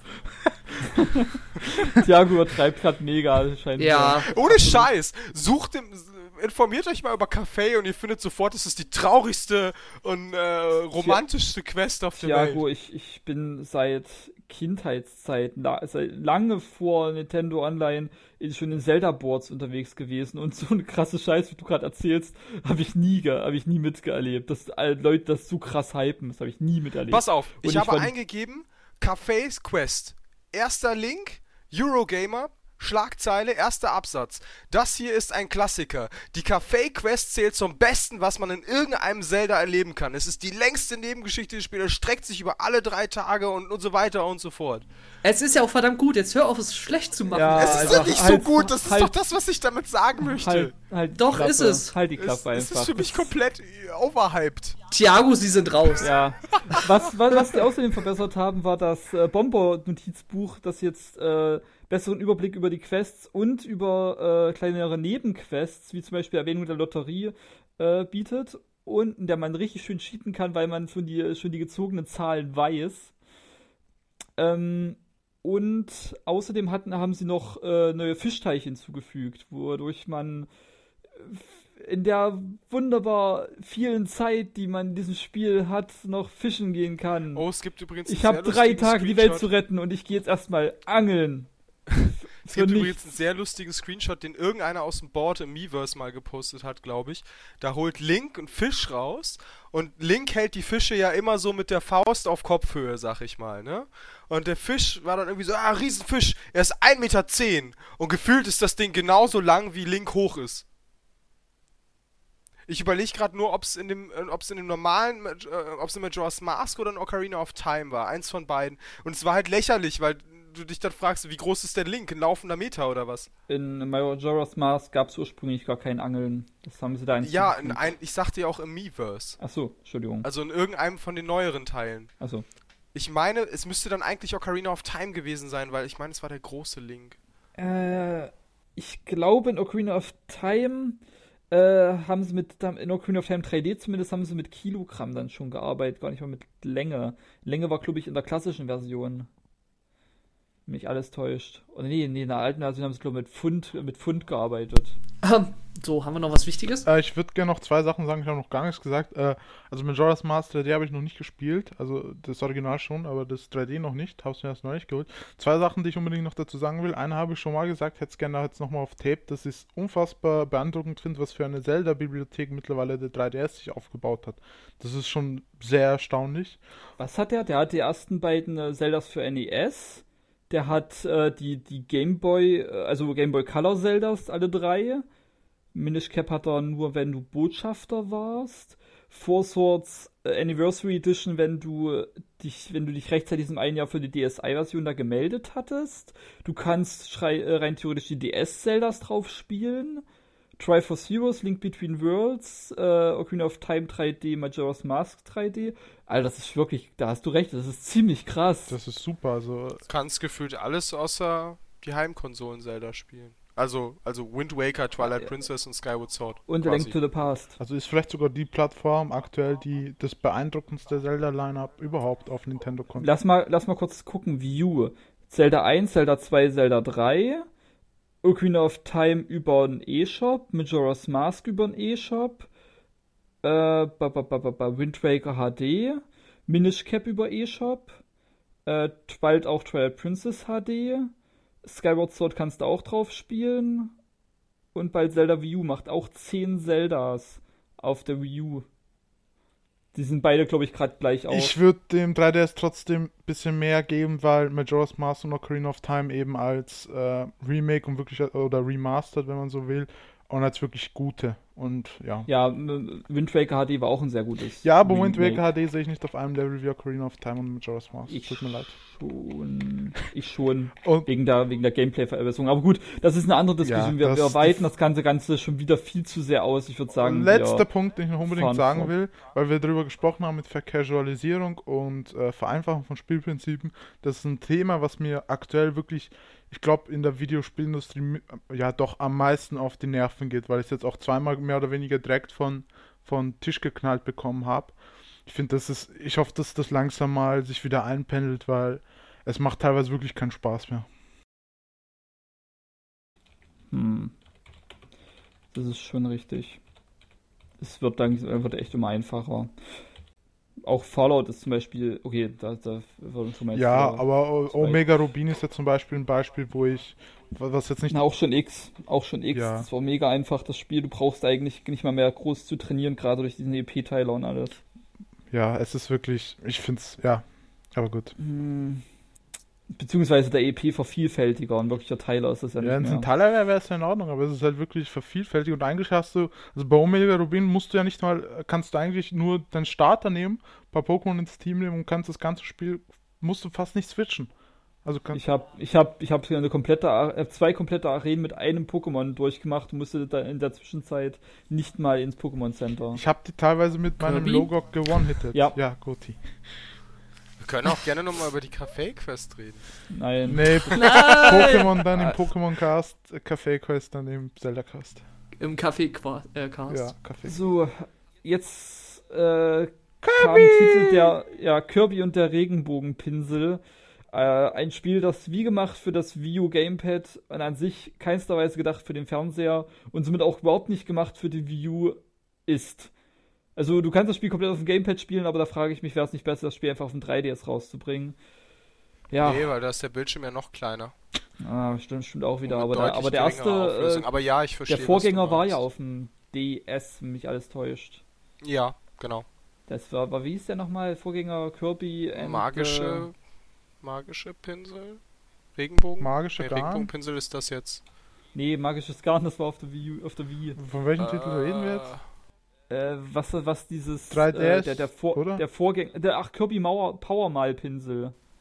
Thiago übertreibt gerade mega, scheint. Ja, Ohne Scheiß. Sucht dem, informiert euch mal über Café und ihr findet sofort, es ist die traurigste und äh, romantischste Quest auf der Thiago, Welt. ich, ich bin seit Kindheitszeit, la seit lange vor Nintendo Online in- schon in Zelda-Boards unterwegs gewesen und so eine krasse Scheiß, wie du gerade erzählst, habe ich nie, ge- habe ich nie miterlebt. Dass äh, Leute das so krass hypen, das habe ich nie miterlebt. Pass auf, ich, Und ich habe fand- eingegeben, Cafés Quest. Erster Link, Eurogamer, Schlagzeile, erster Absatz. Das hier ist ein Klassiker. Die Café Quest zählt zum Besten, was man in irgendeinem Zelda erleben kann. Es ist die längste Nebengeschichte des Spiels, streckt sich über alle drei Tage und, und so weiter und so fort. es ist ja auch verdammt gut. Jetzt hör auf, es schlecht zu machen. Ja, Es ist also doch nicht so halt- gut, das ist halt- doch das, was ich damit sagen möchte. Halt, halt die Doch, Klappe. ist es. Halt die es, Klappe es ist einfach. für mich komplett äh, overhyped. Thiago, sie sind raus. Ja. Was, was, was die außerdem verbessert haben, war das äh, Bomber-Notizbuch, das jetzt äh, besseren Überblick über die Quests und über äh, kleinere Nebenquests, wie zum Beispiel Erwähnung der Lotterie, äh, bietet. Und in der man richtig schön cheaten kann, weil man schon die, schon die gezogenen Zahlen weiß. Ähm, und außerdem hatten, haben sie noch äh, neue Fischteiche hinzugefügt, wodurch man in der wunderbar vielen Zeit, die man in diesem Spiel hat, noch fischen gehen kann. Oh, es gibt übrigens ich einen habe sehr drei lustigen Tage, die Welt zu Screenshot. retten und ich gehe jetzt erstmal angeln. Es Für gibt nichts. übrigens einen sehr lustigen Screenshot, den irgendeiner aus dem Board im Miiverse mal gepostet hat, glaube ich. Da holt Link einen Fisch raus und Link hält die Fische ja immer so mit der Faust auf Kopfhöhe, sag ich mal, ne? Und der Fisch war dann irgendwie so, ah, Riesenfisch, er ist ein Meter zehn und gefühlt ist das Ding genauso lang, wie Link hoch ist. Ich überlege gerade nur, ob es in dem, äh, ob es in dem normalen, äh, ob es in Majora's Mask oder in Ocarina of Time war. Eins von beiden. Und es war halt lächerlich, weil du dich dann fragst, wie groß ist denn Link? Ein laufender Meter oder was? In Majora's Mask gab es ursprünglich gar kein Angeln. Das haben sie da Ja, hinzugefügt. in ein, ich sagte ja auch im Miiverse. Achso, Entschuldigung. Also in irgendeinem von den neueren Teilen. Achso. Ich meine, es müsste dann eigentlich Ocarina of Time gewesen sein, weil ich meine, es war der große Link. Äh, ich glaube, in Ocarina of Time äh, haben sie mit, in Ocarina of Time drei D zumindest, haben sie mit Kilogramm dann schon gearbeitet, gar nicht mal mit Länge. Länge war, glaube ich, in der klassischen Version. Wenn mich alles täuscht. Oder nee, nee, in der alten Version haben sie, glaube ich, mit Pfund, mit Pfund gearbeitet. So, haben wir noch was Wichtiges? Äh, ich würde gerne noch zwei Sachen sagen, ich habe noch gar nichts gesagt. Äh, also Majora's Mask drei D habe ich noch nicht gespielt, also das Original schon, aber das drei D noch nicht, habe es mir erst neulich geholt. Zwei Sachen, die ich unbedingt noch dazu sagen will. Eine habe ich schon mal gesagt, hätte es gerne jetzt nochmal auf Tape, dass ich es unfassbar beeindruckend finde, was für eine Zelda-Bibliothek mittlerweile der drei D S sich aufgebaut hat. Das ist schon sehr erstaunlich. Was hat der? Der hat die ersten beiden äh, Zeldas für N E S. Der hat äh, die, die Game Boy, äh, also Game Boy Color Zeldas, alle drei. Minish Cap hat er nur, wenn du Botschafter warst. Four Swords äh, Anniversary Edition, wenn du dich, wenn du dich rechtzeitig im einen Jahr für die D S I-Version da gemeldet hattest. Du kannst schrei- äh, rein theoretisch die D S-Zeldas drauf spielen. Triforce Heroes, Link Between Worlds, äh, Ocarina of Time drei D, Majora's Mask drei D. Alter, das ist wirklich, da hast du recht, das ist ziemlich krass. Das ist super, also Du kannst gefühlt alles außer die Heimkonsolen Zelda spielen. Also, also Wind Waker, Twilight Ja. Princess und Skyward Sword. Und A quasi. Link to the Past. Also ist vielleicht sogar die Plattform aktuell die das beeindruckendste Zelda-Line-Up überhaupt auf Nintendo kommt. Lass mal, lass mal kurz gucken, Wii U. Zelda eins, Zelda zwei, Zelda drei. Ocarina of Time über einen E-Shop. Majora's Mask über einen E-Shop. Äh, ba, ba, ba, ba, ba, Wind Waker H D. Minish Cap über E-Shop. Äh, bald auch Twilight Princess H D. Skyward Sword kannst du auch drauf spielen. Und bald Zelda Wii U macht auch zehn Zeldas auf der Wii U. Die sind beide, glaube ich, gerade gleich auf. Ich würde dem drei D S trotzdem ein bisschen mehr geben, weil Majora's Mask und Ocarina of Time eben als äh, Remake und wirklich oder Remastered, wenn man so will, und als wirklich gute. Und ja. Ja, m- Wind Waker H D war auch ein sehr gutes. Ja, aber Wind Remake. Waker H D sehe ich nicht auf einem Level wie Ocarina of Time und Majora's Mask. Ich Tut mir leid. schon. Ich schon. Und Wegen der, wegen der Gameplay-Verbesserung. Aber gut, das ist eine andere Diskussion. Ja, wir, das- wir weiten das Ganze, Ganze schon wieder viel zu sehr aus. Ich würde sagen, letzter wir, Punkt, den ich noch unbedingt fahren sagen fort. will, weil wir darüber gesprochen haben mit Vercasualisierung und äh, Vereinfachung von Spielprinzipen. Das ist ein Thema, was mir aktuell wirklich, ich glaube, in der Videospielindustrie mi- ja doch am meisten auf die Nerven geht, weil ich es jetzt auch zweimal mehr oder weniger direkt von, von Tisch geknallt bekommen habe. Ich finde, das ist, ich hoffe, dass das langsam mal sich wieder einpendelt, weil es macht teilweise wirklich keinen Spaß mehr. Hm. Das ist schon richtig. Es wird dann wird echt immer einfacher. Auch Fallout ist zum Beispiel, okay, da, da wird schon mal jetzt Ja, wieder- aber O- das war Omega Rubin ist ja zum Beispiel ein Beispiel, wo ich, was jetzt nicht Na, auch schon X. Auch schon X. Ja. Das war mega einfach, das Spiel. Du brauchst eigentlich nicht mal mehr groß zu trainieren, gerade durch diesen E P-Teiler und alles. Ja, es ist wirklich, ich finde es, ja, aber gut. Hm. Beziehungsweise der E P-Vervielfältiger, ein wirklicher Teiler ist das ja Ja, wenn nicht es ein mehr. Teiler wäre, wäre es ja in Ordnung, aber es ist halt wirklich vervielfältigt und eigentlich hast du, also bei Omega Rubin musst du ja nicht mal, kannst du eigentlich nur deinen Starter nehmen, ein paar Pokémon ins Team nehmen und kannst das ganze Spiel, musst du fast nicht switchen. Also kannst Ich habe ich hab, ich hab eine komplette, Ar- äh, zwei komplette Arenen mit einem Pokémon durchgemacht und musste dann in der Zwischenzeit nicht mal ins Pokémon Center. ich habe die teilweise mit meinem Kirby? Logok gewonnen-hittet. Ja. Ja, Goti. Wir können auch gerne nochmal über die Café-Quest reden. Nein. Nee, Pokémon dann im Pokémon Cast, äh, Café Quest dann im Zelda Cast. Im Café-Cast. Äh, Cast. Ja, Café. So, jetzt äh, kam Titel der ja, Kirby und der Regenbogenpinsel. Äh, ein Spiel, das wie gemacht für das Wii U Gamepad und an sich keinster Weise gedacht für den Fernseher und somit auch überhaupt nicht gemacht für die Wii U ist. Also du kannst das Spiel komplett auf dem Gamepad spielen, aber da frage ich mich, wäre es nicht besser, das Spiel einfach auf dem drei D S rauszubringen. Ja, Nee, weil da ist der Bildschirm ja noch kleiner. ah, stimmt, stimmt auch wieder. Und Aber mit der, deutlich aber der geringerer erste, Auflösung. äh, Aber ja, ich verstehe. der Vorgänger was du war ja meinst. auf dem D S, wenn mich alles täuscht. Ja, genau. Das war, war wie hieß der nochmal? Vorgänger Kirby and, Magische, magische Pinsel? Regenbogen? Magische Nee, Garn? Regenbogenpinsel ist das jetzt. Äh, nee, magisches Garn, das war auf der Wii. U- Auf der Wii. Von welchem Titel reden wir jetzt? Äh, was, was dieses drei D S, äh, der, der, Vor, oder? der Vorgänger, der, ach, Kirby Mauer, Power Mal Pinsel.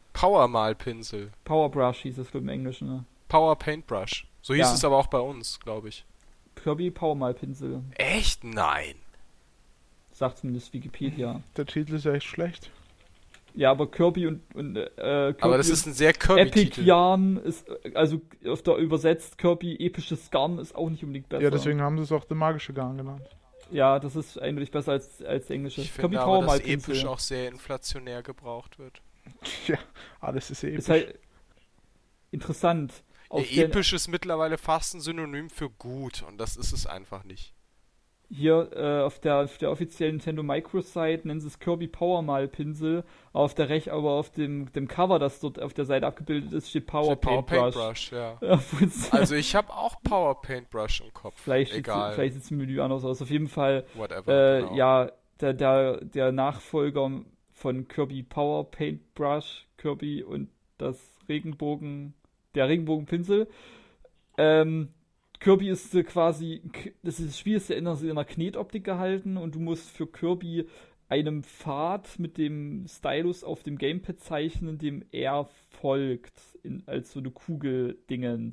Power-Malpinsel. Powerbrush hieß es im Englischen, ne? Power Paintbrush. So hieß Ja. es aber auch bei uns, glaube ich. Kirby Powermalpinsel, Echt? Nein. sagt zumindest Wikipedia. Der Titel ist ja echt schlecht. Ja, aber Kirby und, und äh, Kirby Aber das ist ein sehr Epic Kirby-Titel. Yarn ist, äh, also auf der übersetzt Kirby episches Garn ist auch nicht unbedingt besser. Ja, deswegen haben sie es auch der magische Garn genannt. Ja, das ist eindeutig besser als, als der englische. Ich Kirby finde aber, dass Powermalpinsel episch auch sehr inflationär gebraucht wird. Ja, alles ist episch. ist halt interessant. Ja, Auf den, episch ist mittlerweile fast ein Synonym für gut und das ist es einfach nicht. hier äh, auf, der, auf der offiziellen Nintendo Micro-Site nennen sie es Kirby Powermalpinsel, auf der Rech, aber auf dem, dem Cover, das dort auf der Seite abgebildet ist, steht Power Steht Power Paintbrush. Paintbrush, ja. Ja, wo's- Also ich habe auch Power Paintbrush im Kopf. vielleicht sieht Egal. vielleicht sieht's im Menü anders aus. Auf jeden Fall, Whatever. äh, genau. ja, der, der, der Nachfolger von Kirby Power Paintbrush, Kirby und das Regenbogen, der Regenbogenpinsel. Ähm, Kirby ist äh, quasi, das, ist, das Spiel ist ja in einer, in einer Knetoptik gehalten und du musst für Kirby einem Pfad mit dem Stylus auf dem Gamepad zeichnen, dem er folgt, in, als so eine Kugel-Dingens.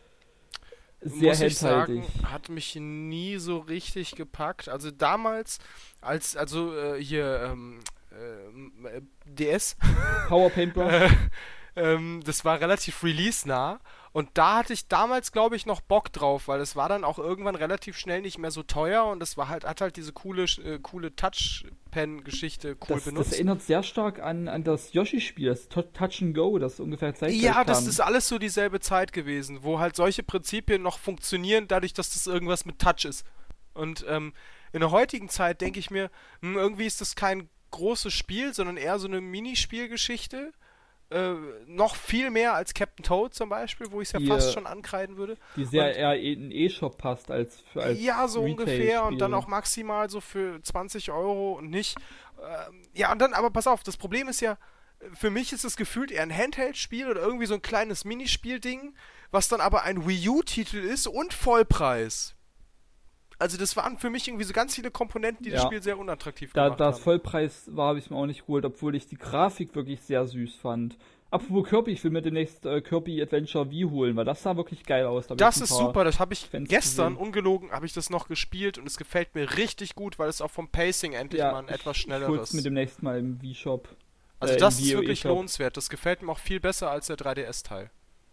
Sehr Muss ich sagen, handhaltig. hat mich nie so richtig gepackt. Also damals, als, also äh, hier, ähm, äh, D S, Power Paintbrush. äh, ähm, das war relativ release-nah. Und da hatte ich damals, glaube ich, noch Bock drauf, weil es war dann auch irgendwann relativ schnell nicht mehr so teuer und es war halt, hat halt diese coole, äh, coole Touchpen-Geschichte cool Das, das benutzt. erinnert sehr stark an, an das Yoshi-Spiel, das To- Touch and Go, das ungefähr zeitgleich Ja, das kam. ist alles so dieselbe Zeit gewesen, wo halt solche Prinzipien noch funktionieren, dadurch, dass das irgendwas mit Touch ist. Und ähm, in der heutigen Zeit denke ich mir, hm, irgendwie ist das kein großes Spiel, sondern eher so eine Minispielgeschichte. Äh, noch viel mehr als Captain Toad zum Beispiel, wo ich es ja Die, fast äh, schon ankreiden würde. Die sehr Und- eher in den E-Shop passt als für als Ja, so ungefähr Retail-Spiel. und dann auch maximal so für zwanzig Euro und nicht. Ähm, ja, und dann, aber pass auf, das Problem ist ja, für mich ist es gefühlt eher ein Handheld-Spiel oder irgendwie so ein kleines Minispiel-Ding, was dann aber ein Wii U-Titel ist und Vollpreis. Also das waren für mich irgendwie so ganz viele Komponenten, die das Ja. Spiel sehr unattraktiv Da, gemacht da es haben. Vollpreis war, habe ich es mir auch nicht geholt, obwohl ich die Grafik wirklich sehr süß fand. Apropos Kirby, ich will mir demnächst äh, Kirby Adventure V holen, weil das sah wirklich geil aus. Da hab Das ich ein ist paar- super, das habe ich Fans gestern, gesehen. ungelogen, habe ich das noch gespielt und es gefällt mir richtig gut, weil es auch vom Pacing endlich Ja, mal ein etwas Ich hol's schnelleres. mir demnächst mal im V-Shop. Also äh, das im ist V O wirklich E-Shop. lohnenswert, das gefällt mir auch viel besser als der drei D S-Teil.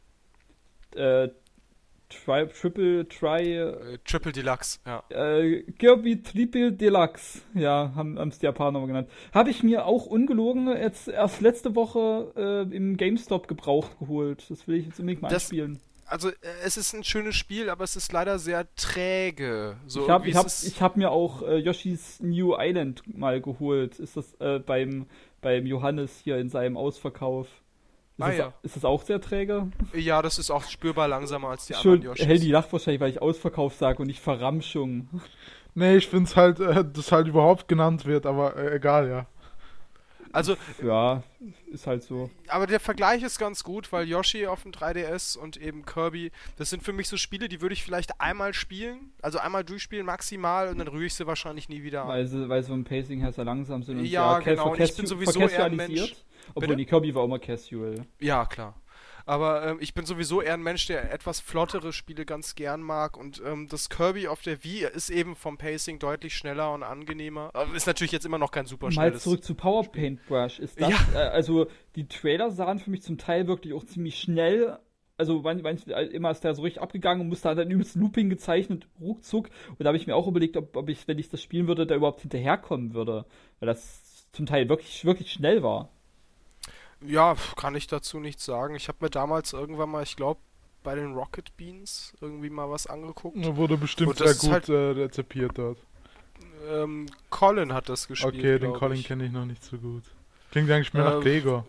Äh, Tri Triple, Tri, Äh, Triple Deluxe, ja. äh, Kirby Triple Deluxe. Ja, haben es die Japaner mal genannt. Habe ich mir auch ungelogen jetzt erst letzte Woche äh, im GameStop gebraucht geholt. Das will ich jetzt unbedingt mal Das- anspielen. Also äh, es ist ein schönes Spiel, aber es ist leider sehr träge. So Ich habe irgendwie ich hab, ist es- ich hab mir auch äh, Yoshi's New Island mal geholt. Ist das äh, beim, beim Johannes hier in seinem Ausverkauf. Ist, Ah, das, ja. ist das auch sehr träge? ja, das ist auch spürbar langsamer als die Schuld, anderen Yoshis. Heldi lacht wahrscheinlich, weil ich Ausverkauf sage und nicht Verramschung. Nee, ich find's halt, äh, dass halt überhaupt genannt wird, aber äh, egal, ja. Also, Ja, ist halt so. aber der Vergleich ist ganz gut, weil Yoshi auf dem drei D S und eben Kirby, das sind für mich so Spiele, die würde ich vielleicht einmal spielen, also einmal durchspielen maximal und dann rühre ich sie wahrscheinlich nie wieder an. Weil sie, weil sie vom Pacing her sehr langsam sind und Ja, sehr genau, und ich bin vercasu- sowieso eher ein vercasualisiert. Mensch. Obwohl, Bitte? die Kirby war auch immer casual. Ja, klar. Aber ähm, ich bin sowieso eher ein Mensch, der etwas flottere Spiele ganz gern mag und ähm, das Kirby auf der Wii ist eben vom Pacing deutlich schneller und angenehmer. Aber ist natürlich jetzt immer noch kein super Mal schnelles. zurück zu Power Paintbrush. Ist das, Ja. äh, also die Trailer sahen für mich zum Teil wirklich auch ziemlich schnell. Also manch, manch, immer ist der so richtig abgegangen und musste halt ein übelst Looping gezeichnet, ruckzuck. Und da habe ich mir auch überlegt, ob, ob ich, wenn ich das spielen würde, da überhaupt hinterherkommen würde. Weil das zum Teil wirklich, wirklich schnell war. Ja, pf, kann ich dazu nichts sagen. Ich habe mir damals irgendwann mal, ich glaube, bei den Rocket Beans irgendwie mal was angeguckt. Da wurde bestimmt Und sehr das ist gut halt- äh, rezipiert dort. Ähm, Colin hat das gespielt. Okay, den glaub Colin ich. kenne ich noch nicht so gut. Klingt eigentlich mehr Äh, nach Gregor.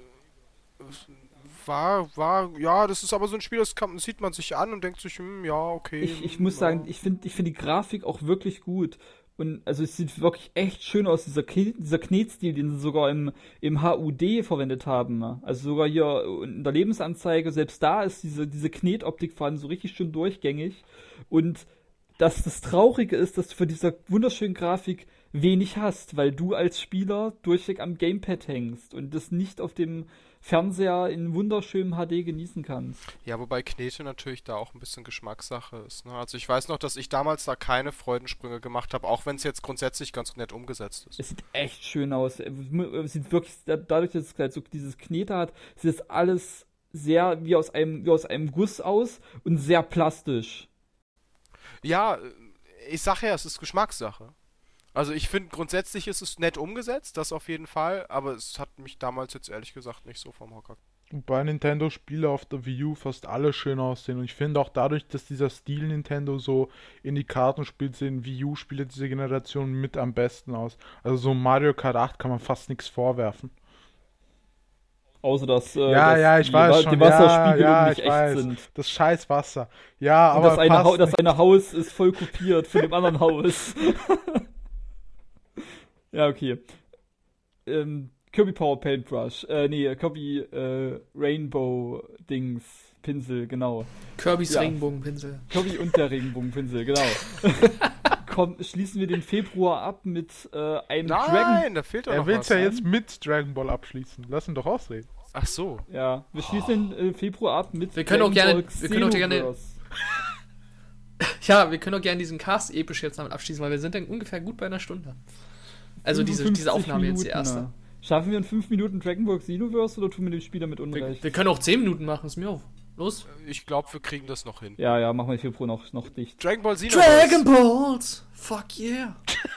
War, war, ja, das ist aber so ein Spiel, das kann, sieht man sich an und denkt sich, hm, ja, okay. Ich, ich hm, muss ja. sagen, ich finde ich find die Grafik auch wirklich gut. Und also es sieht wirklich echt schön aus, dieser, Kne dieser Knetstil, den sie sogar im, im H U D verwendet haben. Also sogar hier in der Lebensanzeige, selbst da ist diese, diese Knetoptik vorhanden, so richtig schön durchgängig. Und dass das Traurige ist, dass du für dieser wunderschönen Grafik wenig hast, weil du als Spieler durchweg am Gamepad hängst und das nicht auf dem Fernseher in wunderschönem H D genießen kannst. Ja, wobei Knete natürlich da auch ein bisschen Geschmackssache ist. Ne? Also ich weiß noch, dass ich damals da keine Freudensprünge gemacht habe, auch wenn es jetzt grundsätzlich ganz nett umgesetzt ist. Es sieht echt schön aus. Es sieht wirklich, dadurch, dass es halt so dieses Knete hat, sieht das alles sehr wie aus einem, wie aus einem Guss aus und sehr plastisch. Ja, ich sag ja, es ist Geschmackssache. Also ich finde, grundsätzlich ist es nett umgesetzt, das auf jeden Fall, aber es hat mich damals jetzt ehrlich gesagt nicht so vom Hocker. Wobei Nintendo-Spiele auf der Wii U fast alle schön aussehen. Und ich finde auch dadurch, dass dieser Stil Nintendo so in die Karten spielt, sehen Wii U-Spiele diese Generation mit am besten aus. Also so Mario Kart acht kann man fast nichts vorwerfen. Außer dass, äh, ja, dass ja, ich die, weiß die schon. Wasserspiegelungen ja, ja, nicht ich echt weiß. sind. Das scheiß Wasser. Ja, Und aber das eine, fast Hau- das nicht. eine Haus ist voll kopiert von dem anderen Haus. Ja, okay. Ähm, Kirby Power Paintbrush. Äh, nee, Kirby äh, Rainbow Dings Pinsel, genau. Kirbys Ja. Regenbogenpinsel. Kirby und der Regenbogenpinsel, genau. Komm, schließen wir den Februar ab mit äh, einem Dragon... Nein, da fehlt doch Er noch will was. es ja jetzt mit Dragon Ball abschließen. Lass ihn doch ausreden. Ach so. Ja, wir schließen den äh, Februar ab mit Wir können auch Dragon gerne- Ball wir können auch gerne- Xenoverse. Ja, wir können auch gerne diesen Cast episch jetzt damit abschließen, weil wir sind dann ungefähr gut bei einer Stunde. Also diese, diese fünfundfünfzig Aufnahme jetzt, die Minuten, erste. ne? Schaffen wir in fünf Minuten Dragon Ball Xenoverse oder tun wir dem Spiel damit Wir, Unrecht? wir können auch zehn Minuten machen, ist mir auf. Los. Ich glaube, wir kriegen das noch hin. Ja, ja, machen wir Februar noch, noch dicht. Dragon Ball Xenoverse. Dragon Balls! Fuck yeah!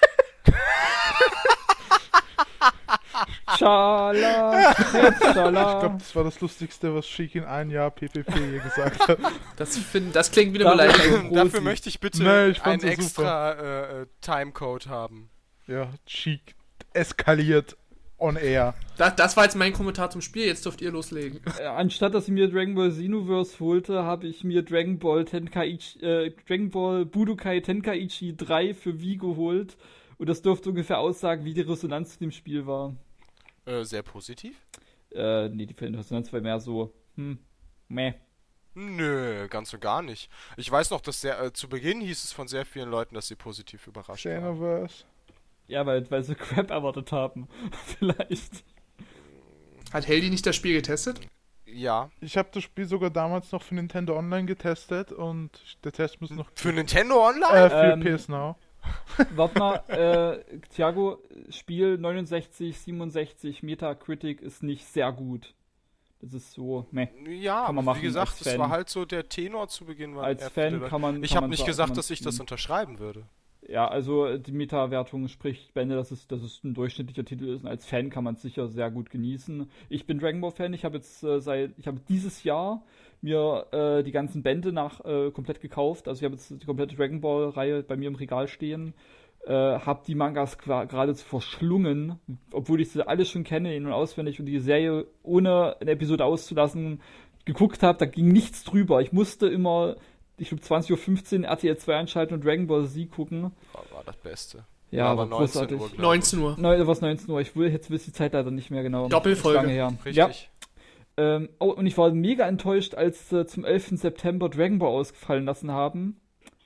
Schala, Ich Schala. glaube, das war das Lustigste, was Sheik in ein Jahr P P P je gesagt hat. Das, find, das klingt wieder Da- beleidigend. Rosi. Dafür möchte ich bitte Nee, ich einen fand's so extra äh, äh, Timecode haben. Ja, Sheik eskaliert on air. Das, das war jetzt mein Kommentar zum Spiel, jetzt dürft ihr loslegen. Äh, Anstatt dass ich mir Dragon Ball Xenoverse holte, habe ich mir Dragon Ball Tenkaichi, äh, Dragon Ball Budokai Tenkaichi drei für Wii geholt. Und das dürfte ungefähr aussagen, wie die Resonanz zu dem Spiel war. Äh, sehr positiv? Äh, nee, die Resonanz war mehr so, hm, meh. Nö, ganz und gar nicht. Ich weiß noch, dass sehr, äh, zu Beginn hieß es von sehr vielen Leuten, dass sie positiv überrascht waren. Xenoverse. Ja, weil, weil sie Crap erwartet haben. Vielleicht. Hat Heldi nicht das Spiel getestet? Ja. Ich habe das Spiel sogar damals noch für Nintendo Online getestet und der Test muss noch Für Nintendo Online? äh, für Ähm, P S Now. Warte mal, äh, Thiago, Spiel neunundsechzig, siebenundsechzig, Metacritic ist nicht sehr gut. Das ist so, meh. Ja, kann man aber machen wie gesagt, als es Fan. war halt so der Tenor zu Beginn. Waren Als eher Fan viele Leute. kann man. Ich kann habe man nicht sa- kann gesagt, man- dass ich das unterschreiben würde. Ja, also die Meta-Wertung spricht Bände, dass es, dass es ein durchschnittlicher Titel ist. Und als Fan kann man es sicher sehr gut genießen. Ich bin Dragon Ball Fan. Ich habe jetzt äh, seit, ich habe dieses Jahr mir äh, die ganzen Bände nach äh, komplett gekauft. Also ich habe jetzt die komplette Dragon Ball Reihe bei mir im Regal stehen. Äh, habe die Mangas qua- geradezu verschlungen, obwohl ich sie alle schon kenne, in- und auswendig, und die Serie ohne eine Episode auszulassen geguckt habe. Da ging nichts drüber. Ich musste immer, ich glaube zwanzig Uhr fünfzehn R T L zwei einschalten und Dragon Ball Z gucken. War, war das Beste. Ja, War aber aber neunzehn großartig. Uhr, glaub ich. neunzehn Uhr. Nein, was neunzehn Uhr. Ich will, jetzt weiß ich die Zeit leider nicht mehr genau. Doppelfolge. Ist lange her. Richtig. Ja. Ähm, oh, und ich war mega enttäuscht, als äh, zum elften September Dragon Ball ausgefallen lassen haben.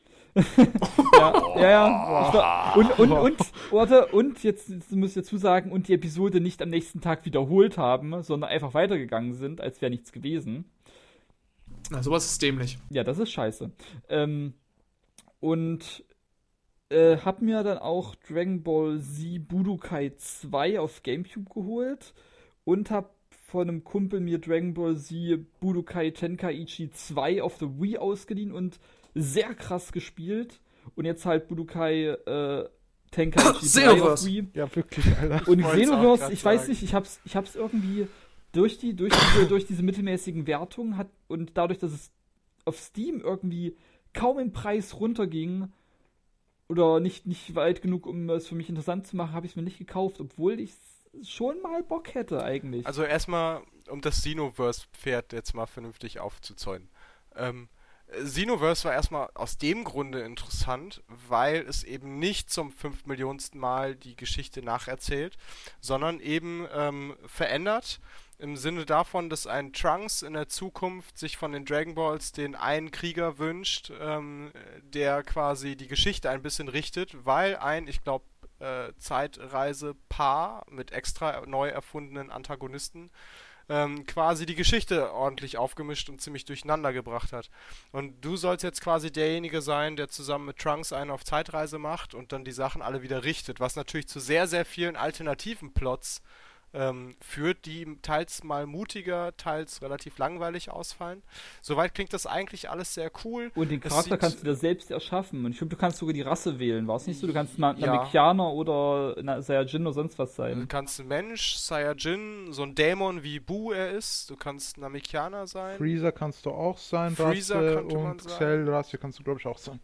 ja, ja, ja. Ich war, und, und, und, warte, und jetzt, jetzt muss ich dazu sagen, und die Episode nicht am nächsten Tag wiederholt haben, sondern einfach weitergegangen sind, als wäre nichts gewesen. Na, sowas ist dämlich. Ja, das ist scheiße. Ähm, und äh, hab mir dann auch Dragon Ball Z Budokai zwei auf GameCube geholt und hab von einem Kumpel mir Dragon Ball Z Budokai Tenkaichi zwei auf der Wii ausgeliehen und sehr krass gespielt. Und jetzt halt Budokai äh, Tenkaichi drei auf Xenoverse. Wii. Ja, wirklich, Alter. Und Ich wollt's auch Xenoverse, grad ich weiß sagen. nicht, ich hab's, ich hab's irgendwie durch die, durch diese, durch diese mittelmäßigen Wertungen hat und dadurch, dass es auf Steam irgendwie kaum im Preis runterging oder nicht, nicht weit genug, um es für mich interessant zu machen, habe ich es mir nicht gekauft, obwohl ich schon mal Bock hätte eigentlich. Also erstmal, um das Xenoverse-Pferd jetzt mal vernünftig aufzuzäunen. Ähm, Xenoverse war erstmal aus dem Grunde interessant, weil es eben nicht zum fünf Millionensten Mal die Geschichte nacherzählt, sondern eben ähm, verändert im Sinne davon, dass ein Trunks in der Zukunft sich von den Dragon Balls den einen Krieger wünscht, ähm, der quasi die Geschichte ein bisschen richtet, weil ein, ich glaube, äh, Zeitreisepaar mit extra neu erfundenen Antagonisten ähm, quasi die Geschichte ordentlich aufgemischt und ziemlich durcheinander gebracht hat. Und du sollst jetzt quasi derjenige sein, der zusammen mit Trunks einen auf Zeitreise macht und dann die Sachen alle wieder richtet, was natürlich zu sehr, sehr vielen alternativen Plots ähm, führt, die teils mal mutiger, teils relativ langweilig ausfallen. Soweit klingt das eigentlich alles sehr cool. Und den Es Charakter sieht- kannst du dir selbst erschaffen. Und ich glaube, du kannst sogar die Rasse wählen. War es nicht so? Du kannst Na- Ja. Namekianer oder Na- Saiyajin oder sonst was Du sein. kannst ein Mensch, Saiyajin, so ein Dämon wie Bu er ist. Du kannst Namekianer sein. Freezer kannst du auch sein, Freezer Rasse, könnte man und sein. Cell Rasse kannst du, glaube ich, auch sein.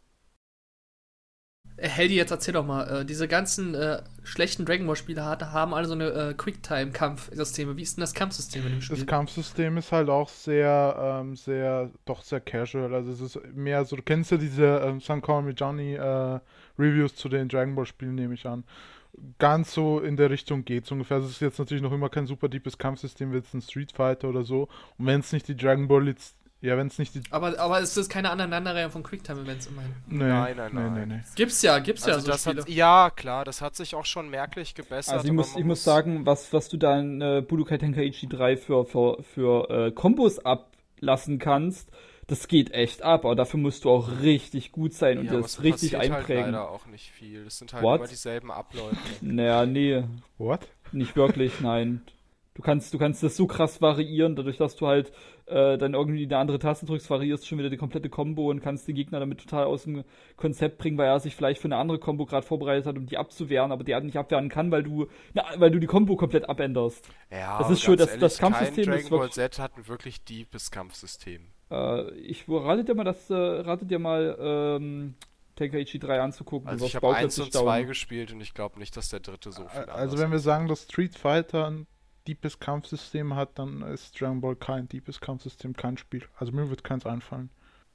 Äh, Heldi, jetzt erzähl doch mal, äh, diese ganzen äh, schlechten Dragon Ball Spiele hat, haben alle so eine äh, Quicktime-Kampfsysteme. Wie ist denn das Kampfsystem in dem Spiel? Das Kampfsystem ist halt auch sehr, ähm, sehr, doch sehr casual. Also es ist mehr so, du kennst ja diese ähm, Sankar Mijani äh, Reviews zu den Dragon Ball Spielen, nehme ich an. Ganz so in der Richtung geht's ungefähr. Es ist jetzt natürlich noch immer kein super deepes Kampfsystem wie jetzt ein Street Fighter oder so. Und wenn es nicht die Dragon Ball Liz- ja, wenn es nicht die aber, aber es ist keine Aneinanderreihung von Quicktime-Events immerhin. nee, Nein, nein, nee, nein. nee, nee. Gibt's ja, gibt's ja Also so das Spiele. hat, ja, klar, das hat sich auch schon merklich gebessert. Also ich aber muss, man ich muss sagen, was, was du da in äh, Budokai Tenkaichi drei für, für, für äh, Kombos ablassen kannst, das geht echt ab. Aber dafür musst du auch richtig gut sein und ja, aber das es richtig passiert einprägen. Halt leider auch nicht viel. Das sind halt What? immer dieselben Abläufe. Naja, nee, What? nicht wirklich, nein. Du kannst, du kannst das so krass variieren, dadurch, dass du halt äh, dann irgendwie eine andere Taste drückst, variierst schon wieder die komplette Combo und kannst den Gegner damit total aus dem Konzept bringen, weil er sich vielleicht für eine andere Combo gerade vorbereitet hat, um die abzuwehren, aber die halt nicht abwehren kann, weil du, na, weil du die Combo komplett abänderst. Ja, Das aber ist schon- ganz das- das ehrlich, Kampfsystem kein ist Dragon Ball wirklich- Z hat ein wirklich deepes Kampfsystem. Äh, ich ratet dir mal, das, äh, ratet dir mal ähm, Tenkaichi drei anzugucken. Also du ich wirst habe eins bauplötzlich und zwei staunen. gespielt und ich glaube nicht, dass der dritte so viel Also anders wenn wir ist. sagen, dass Street Fighter ein deepes Kampfsystem hat, dann ist Dragon Ball kein deepes Kampfsystem, kein Spiel. Also mir wird keins einfallen.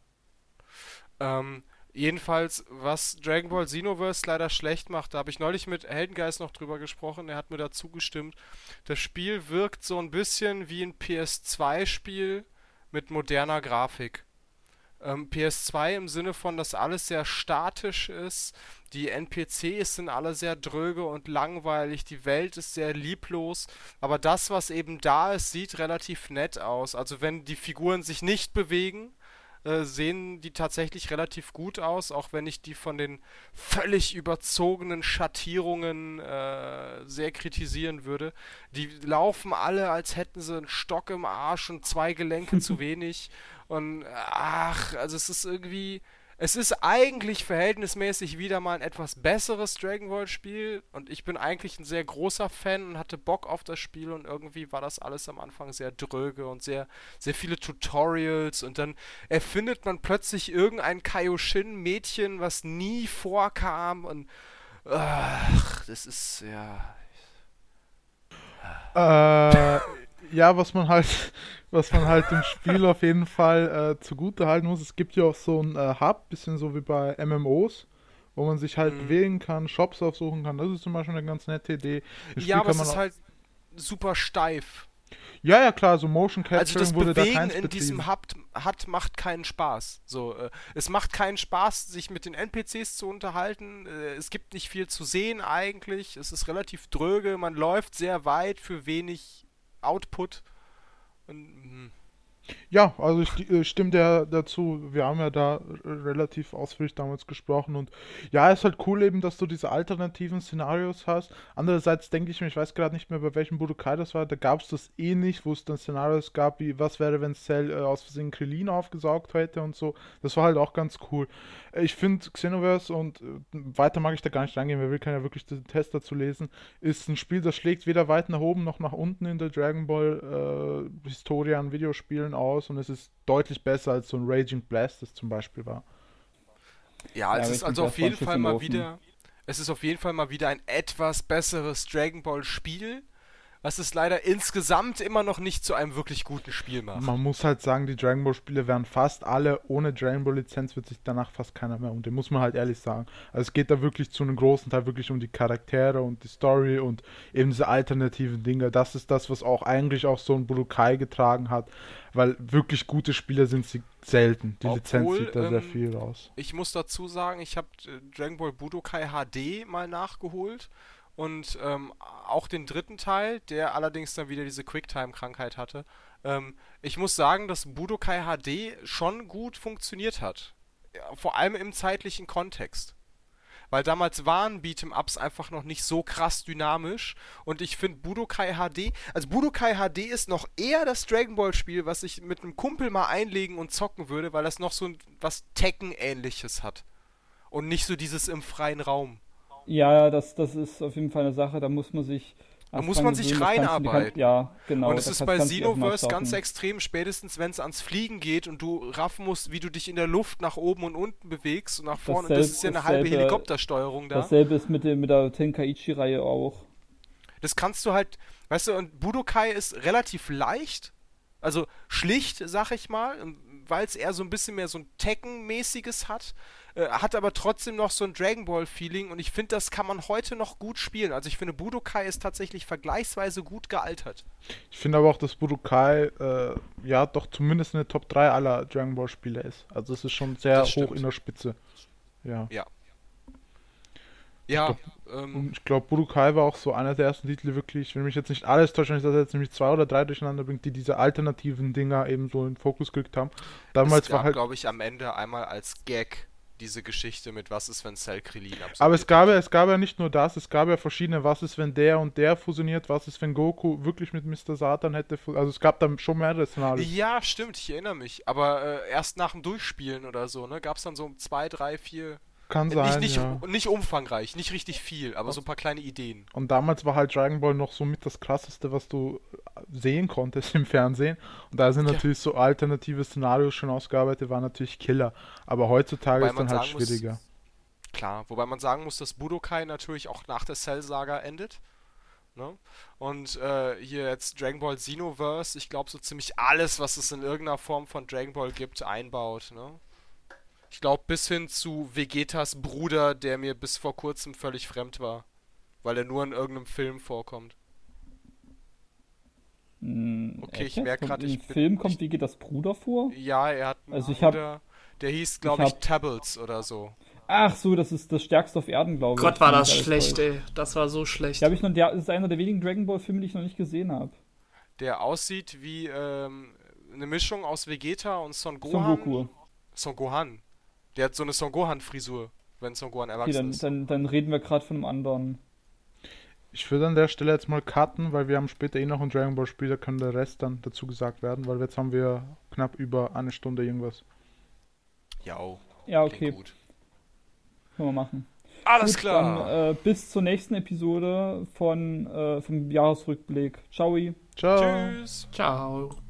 Ähm, jedenfalls, was Dragon Ball Xenoverse leider schlecht macht, da habe ich neulich mit Heldengeist noch drüber gesprochen, er hat mir dazu gestimmt. Das Spiel wirkt so ein bisschen wie ein P S zwei Spiel mit moderner Grafik. Ähm, P S zwei im Sinne von, dass alles sehr statisch ist, die N P Cs sind alle sehr dröge und langweilig, die Welt ist sehr lieblos, aber das, was eben da ist, sieht relativ nett aus. Also wenn die Figuren sich nicht bewegen, äh, sehen die tatsächlich relativ gut aus, auch wenn ich die von den völlig überzogenen Schattierungen äh, sehr kritisieren würde. Die laufen alle, als hätten sie einen Stock im Arsch und zwei Gelenke zu wenig. Und ach, also es ist irgendwie, es ist eigentlich verhältnismäßig wieder mal ein etwas besseres Dragon Ball Spiel und ich bin eigentlich ein sehr großer Fan und hatte Bock auf das Spiel und irgendwie war das alles am Anfang sehr dröge und sehr, sehr viele Tutorials und dann erfindet man plötzlich irgendein Kaioshin-Mädchen, was nie vorkam und ach, das ist, ja... Äh, ja, was man halt, was man halt dem Spiel auf jeden Fall äh, zugute halten muss, es gibt ja auch so ein äh, Hub, bisschen so wie bei M M Os, wo man sich halt Mhm. bewegen kann, Shops aufsuchen kann. Das ist zum Beispiel eine ganz nette Idee. Das Spiel Ja, aber kann es man ist auch- halt super steif. Ja, ja, klar, so Motion Also Capturing das wurde da Bewegen keins in betrieben. diesem Hub hat, macht keinen Spaß. So, äh, es macht keinen Spaß, sich mit den N P Cs zu unterhalten. Äh, es gibt nicht viel zu sehen eigentlich. Es ist relativ dröge. Man läuft sehr weit für wenig Output. Und, hm. Ja, also ich äh, stimme dir dazu. Wir haben ja da äh, relativ ausführlich damals gesprochen und ja, ist halt cool eben, dass du diese alternativen Szenarios hast. Andererseits denke ich mir, ich weiß gerade nicht mehr, bei welchem Budokai das war, da gab es das eh nicht, wo es dann Szenarios gab, wie was wäre, wenn Cell äh, aus Versehen Krillin aufgesaugt hätte und so. Das war halt auch ganz cool. Äh, Ich finde Xenoverse und äh, weiter mag ich da gar nicht reingehen, wer will, kann ja wirklich den Test dazu lesen, ist ein Spiel, das schlägt weder weit nach oben noch nach unten in der Dragon Ball äh, Historie an Videospielen aus und es ist deutlich besser als so ein Raging Blast das zum Beispiel war. Ja, es Ja, ist aber also ich auf bin jeden da Fall schon mal offen. wieder. Es ist auf jeden Fall mal wieder ein etwas besseres Dragon Ball Spiel, was es leider insgesamt immer noch nicht zu einem wirklich guten Spiel macht. Man muss halt sagen, die Dragon Ball Spiele wären fast alle, ohne Dragon Ball Lizenz wird sich danach fast keiner mehr unter, muss man halt ehrlich sagen. Also es geht da wirklich zu einem großen Teil wirklich um die Charaktere und die Story und eben diese alternativen Dinge. Das ist das, was auch eigentlich auch so ein Budokai getragen hat, weil wirklich gute Spiele sind sie selten. Die Lizenz Obwohl, sieht da sehr ähm, viel raus. Ich muss dazu sagen, ich habe äh, Dragon Ball Budokai H D mal nachgeholt und ähm, auch den dritten Teil, der allerdings dann wieder diese Quicktime-Krankheit hatte. Ähm, ich muss sagen, dass Budokai H D schon gut funktioniert hat. Ja, vor allem im zeitlichen Kontext. Weil damals waren Beat'em-Ups einfach noch nicht so krass dynamisch und ich finde Budokai H D, also Budokai H D ist noch eher das Dragon Ball Spiel, was ich mit einem Kumpel mal einlegen und zocken würde, weil das noch so ein, was Tekken-ähnliches hat und nicht so dieses im freien Raum. Ja, das, das ist auf jeden Fall eine Sache, da muss man sich. Da muss man sich reinarbeiten. Ja, genau. Und es ist bei Xenoverse ganz starten. extrem, spätestens wenn es ans Fliegen geht und du raffen musst, wie du dich in der Luft nach oben und unten bewegst und nach vorne. Und das ist ja eine halbe dasselbe- Helikoptersteuerung da. Dasselbe ist mit, dem, mit der Tenkaichi-Reihe auch. Das kannst du halt, weißt du, und Budokai ist relativ leicht, also schlicht, sag ich mal, weil es eher so ein bisschen mehr so ein Tekken-mäßiges hat, äh, hat aber trotzdem noch so ein Dragon Ball-Feeling und ich finde, das kann man heute noch gut spielen. Also ich finde, Budokai ist tatsächlich vergleichsweise gut gealtert. Ich finde aber auch, dass Budokai äh, ja doch zumindest eine Top drei aller Dragon Ball Spiele ist. Also es ist schon sehr Das hoch stimmt. in der Spitze. Ja. Ja. Ja, Und ähm, ich glaube, Budokai war auch so einer der ersten Titel wirklich, wenn mich jetzt nicht alles täuscht, wenn ich das jetzt nämlich zwei oder drei durcheinander bringt, die diese alternativen Dinger eben so in den Fokus gerückt haben. Damals es war gab, halt. glaube ich, am Ende einmal als Gag diese Geschichte mit was ist, wenn Cell Krillin absolviert. Aber es gab, ja, es gab ja nicht nur das, es gab ja verschiedene, was ist, wenn der und der fusioniert, was ist, wenn Goku wirklich mit Mister Satan hätte, fu- also es gab da schon mehrere Szenarien. Ja, stimmt, ich erinnere mich. Aber äh, erst nach dem Durchspielen oder so, ne, gab es dann so zwei, drei, vier. Kann Äh, sein, nicht, nicht, ja. nicht umfangreich, nicht richtig viel, aber so ein paar kleine Ideen. Und damals war halt Dragon Ball noch so mit das krasseste, was du sehen konntest im Fernsehen. Und da sind Ja. natürlich so alternative Szenarios schon ausgearbeitet, war natürlich Killer. Aber heutzutage Wobei ist dann man halt sagen muss- schwieriger. Klar, wobei man sagen muss, dass Budokai natürlich auch nach der Cell-Saga endet. Ne? Und äh, hier jetzt Dragon Ball Xenoverse, ich glaube so ziemlich alles, was es in irgendeiner Form von Dragon Ball gibt, einbaut. Ne? Ich glaube bis hin zu Vegetas Bruder, der mir bis vor kurzem völlig fremd war, weil er nur in irgendeinem Film vorkommt. Hm, Okay, echt ich merk jetzt? grad, Im ich bin- Film kommt ich- wie geht das Bruder vor? Ja, er hat einen Also ich hab- Bruder, der hieß glaube ich, hab- Tables oder so. Ach so, das ist das Stärkste auf Erden, glaube ich. Gott, war wenn das mich alles schlecht, täuscht. ey. Das war so schlecht. Ja, hab ich noch, der, das ist einer der wenigen Dragon Ball Filme, die ich noch nicht gesehen habe. Der aussieht wie ähm, eine Mischung aus Vegeta und Son Son Gohan. Goku. Son Gohan. Der hat so eine Son Gohan-Frisur, wenn Son Gohan Okay, erwachsen dann, ist. dann, dann reden wir gerade von einem anderen. Ich würde an der Stelle jetzt mal cutten, weil wir haben später eh noch ein Dragon Ball Spiel, da kann der Rest dann dazu gesagt werden, weil jetzt haben wir knapp über eine Stunde irgendwas. Ja, oh, Ja, klingt okay, gut. können wir machen. Alles Gut, klar. Dann äh, bis zur nächsten Episode von, äh, vom Jahresrückblick. Ciao. Ciao! Tschüss. Ciao.